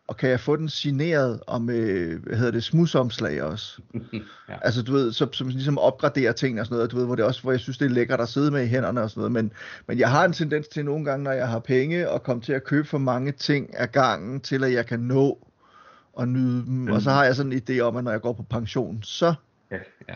og kan jeg få den signeret og med, hvad hedder det, smudsomslag også. Ja. Altså du ved, som, som ligesom opgraderer ting og sådan noget, du ved, hvor det også, hvor jeg synes, det er lækkert at sidde med i hænderne og sådan noget, men, men jeg har en tendens til nogle gange, når jeg har penge, og komme til at købe for mange ting af gangen, til at jeg kan nå og nyde dem, mm. og så har jeg sådan en idé om, at når jeg går på pension, så... Ja, ja.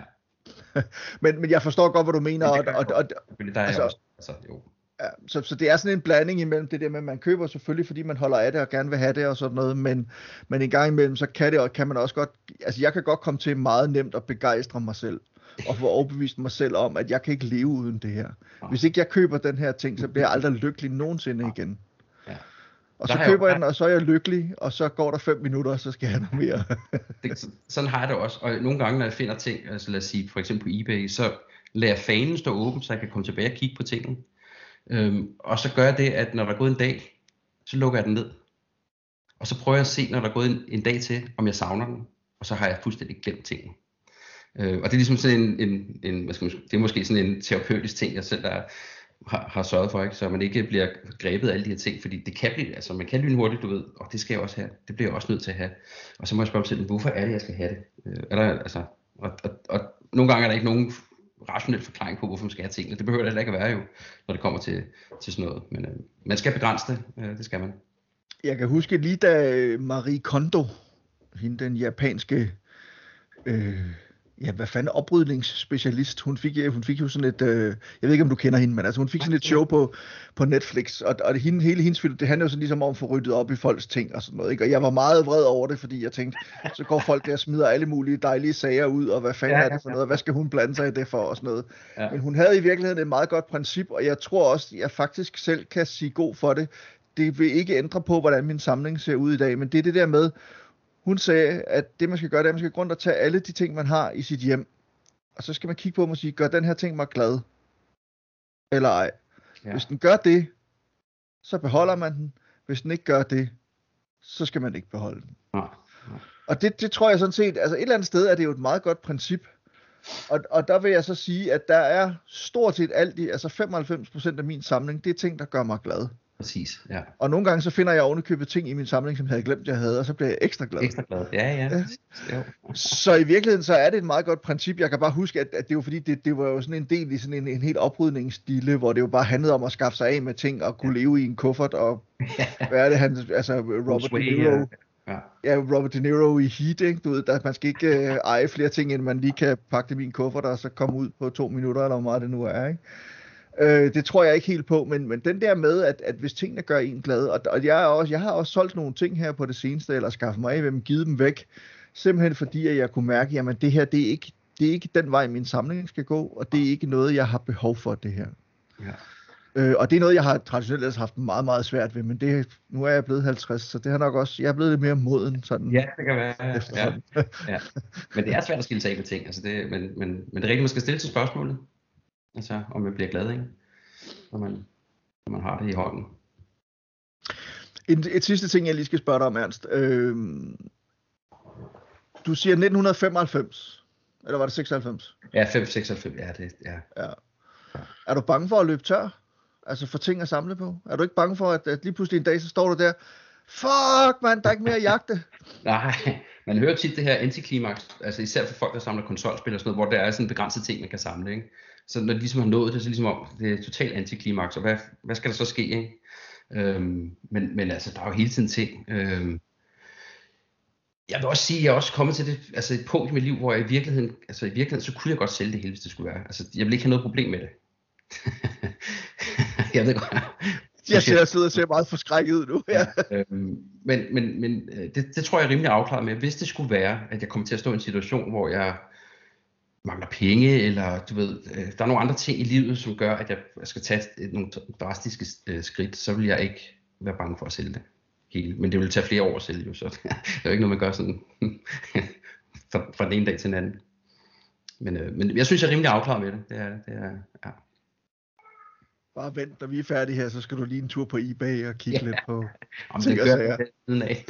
men, men jeg forstår godt, hvad du mener, og, og, og, og der er altså, også, altså, jo. Ja, så, så det er sådan en blanding imellem det der med, at man køber selvfølgelig, fordi man holder af det og gerne vil have det og sådan noget, men, men en gang imellem, så kan, det, kan man også godt, altså jeg kan godt komme til meget nemt at begejstre mig selv, og få overbevist mig selv om, at jeg kan ikke leve uden det her. Hvis ikke jeg køber den her ting, så bliver jeg aldrig lykkelig nogensinde igen. Ja. Og så køber jeg den, og så er jeg lykkelig, og så går der fem minutter, og så skal jeg have noget mere. det, sådan har jeg det også, og nogle gange, når jeg finder ting, altså lad os sige, for eksempel på eBay, så lader jeg fanen stå åben, så jeg kan komme tilbage og kigge på tingene. Øhm, og så gør jeg det, at når der er gået en dag, så lukker jeg den ned. Og så prøver jeg at se, når der er gået en, en dag til, om jeg savner den. Og så har jeg fuldstændig glemt tingene. Øh, og det er ligesom sådan en, en, en hvad skal man, det er måske sådan en terapeutisk ting, jeg selv der har, har sørget for, ikke? Så man ikke bliver grebet af alle de her ting, fordi det kan blive, altså man kan blive hurtigt, du ved, og det skal jeg også have, det bliver jeg også nødt til at have. Og så må jeg spørge mig selv, hvorfor er det, jeg skal have det? Øh, eller, altså, og, og, og nogle gange er der ikke nogen rationel forklaring på, hvorfor man skal have tingene. Det behøver det heller ikke at være jo, når det kommer til, til sådan noget. Men øh, man skal begrænse det, øh, det skal man. Jeg kan huske lige da Marie Kondo, hende den japanske, øh, ja hvad fanden, oprydningsspecialist, hun fik, hun fik jo sådan et, øh, jeg ved ikke om du kender hende, men altså hun fik sådan et show på, på Netflix, og, og det, hende, hele hendes film, det handler jo sådan ligesom om at få ryddet op i folks ting og sådan noget, ikke? Og jeg var meget vred over det, fordi jeg tænkte, så går folk der og smider alle mulige dejlige sager ud, og hvad fanden ja, er det for noget, og hvad skal hun blande sig i det for og sådan noget. Ja. Men hun havde i virkeligheden et meget godt princip, og jeg tror også, jeg faktisk selv kan sige god for det. Det vil ikke ændre på, hvordan min samling ser ud i dag, men det er det der med, hun sagde, at det man skal gøre, det er, at man skal gå rundt og tage alle de ting, man har i sit hjem, og så skal man kigge på dem og sige, gør den her ting mig glad? Eller ej. Ja. Hvis den gør det, så beholder man den. Hvis den ikke gør det, så skal man ikke beholde den. Ja. Ja. Og det, det tror jeg sådan set, altså et eller andet sted er det jo et meget godt princip. Og, og der vil jeg så sige, at der er stort set alt i, altså femoghalvfems procent af min samling, det er ting, der gør mig glad. Præcis, ja. Og nogle gange så finder jeg ovenikøbet ting i min samling, som jeg havde glemt, jeg havde, og så bliver jeg ekstra glad. Ekstra glad, ja, ja. ja. Så i virkeligheden, så er det et meget godt princip. Jeg kan bare huske, at, at det var fordi, det, det var jo sådan en del i sådan en, en helt oprydningsstile, hvor det jo bare handlede om at skaffe sig af med ting, og kunne leve i en kuffert, og hvad er det, han, altså Robert De Niro. Ja. ja, Robert De Niro i Heat, ikke? Du ved, der, man skal ikke øh, eje flere ting, end man lige kan pakke det i min kuffert, og så komme ud på to minutter, eller hvor meget det nu er, ikke? Øh, det tror jeg ikke helt på, men, men den der med, at, at hvis tingene gør en glad, og, og jeg, er også, jeg har også solgt nogle ting her på det seneste, eller skaffet mig af, hvem givet dem væk, simpelthen fordi, at jeg kunne mærke, jamen det her, det er ikke, det er ikke den vej, min samling skal gå, og det er ikke noget, jeg har behov for, det her. Ja. Øh, og det er noget, jeg har traditionelt haft meget, meget svært ved, men det, nu er jeg blevet halvtreds, så det har nok også, jeg er blevet lidt mere moden sådan. Ja, det kan være. Ja. Ja. Men det er svært at skille sig af med ting, altså det, men, men, men det er rigtigt, man skal stille til spørgsmålet. Altså, om man bliver glad, ikke? Når man, når man har det i hånden. Et, et sidste ting, jeg lige skal spørge dig om, Ernst. Øh, du siger nitten femoghalvfems, eller var det seksoghalvfems? Ja, fem seksoghalvfems, ja, det, ja. ja. Er du bange for at løbe tør? Altså for ting at samle på? Er du ikke bange for, at, at lige pludselig en dag, så står du der, fuck man, der er ikke mere at jagte? Nej, man hører tit det her antiklimaks, altså især for folk, der samler konsolspil og sådan noget, hvor der er sådan en begrænset ting, man kan samle, ikke? Så når de ligesom har nået det, så ligesom om, det er totalt antiklimaks, og hvad, hvad skal der så ske, ikke? Øhm, men, men altså, der er jo hele tiden ting. Øhm, jeg vil også sige, at jeg er også kommet til det, altså et punkt i mit liv, hvor jeg i virkeligheden, altså i virkeligheden, så kunne jeg godt sælge det hele, hvis det skulle være. Altså, jeg vil ikke have noget problem med det. Jeg ved godt. Jeg ser sidder og ser meget forskrækket ud nu. Ja. Ja, øhm, men men, men det, det tror jeg er rimelig afklaret med. Hvis det skulle være, at jeg kommer til at stå i en situation, hvor jeg mangler penge, eller du ved, der er nogle andre ting i livet, som gør, at jeg skal tage nogle drastiske skridt, så vil jeg ikke være bange for at sælge det hele. Men det vil tage flere år at sælge, jo, så det er jo ikke noget, man gør sådan fra, fra den ene dag til den anden. Men, øh, men jeg synes, jeg er rimelig afklaret med det. Det er, det er, ja. Bare vent, når vi er færdige her, så skal du lige en tur på eBay og kigge ja. lidt på Jamen, ting og sager. Siden af.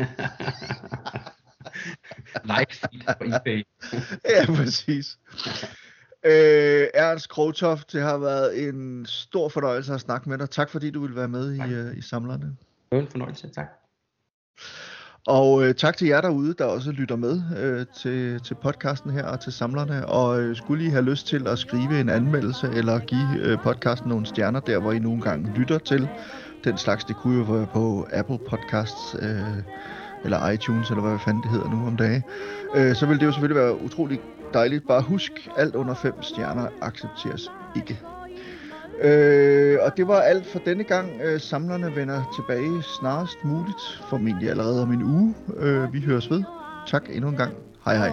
Like feed på eBay. Ja, præcis. Øh, Ernst Krogtoft, det har været en stor fornøjelse at snakke med dig. Tak fordi du ville være med i, uh, i Samlerne. Det var en fornøjelse, tak. Og øh, tak til jer derude, der også lytter med øh, til, til podcasten her og til samlerne. Og øh, skulle I have lyst til at skrive en anmeldelse eller give øh, podcasten nogle stjerner der, hvor I nogle gange lytter til den slags, det kunne jo være på Apple Podcasts øh, eller iTunes, eller hvad fanden det hedder nu om dagen, øh, så vil det jo selvfølgelig være utrolig dejligt. Bare husk, alt under fem stjerner accepteres ikke. Øh, og det var alt for denne gang. øh, Samlerne vender tilbage snarest muligt, formentlig allerede om en uge. øh, Vi høres ved. Tak endnu en gang. Hej hej.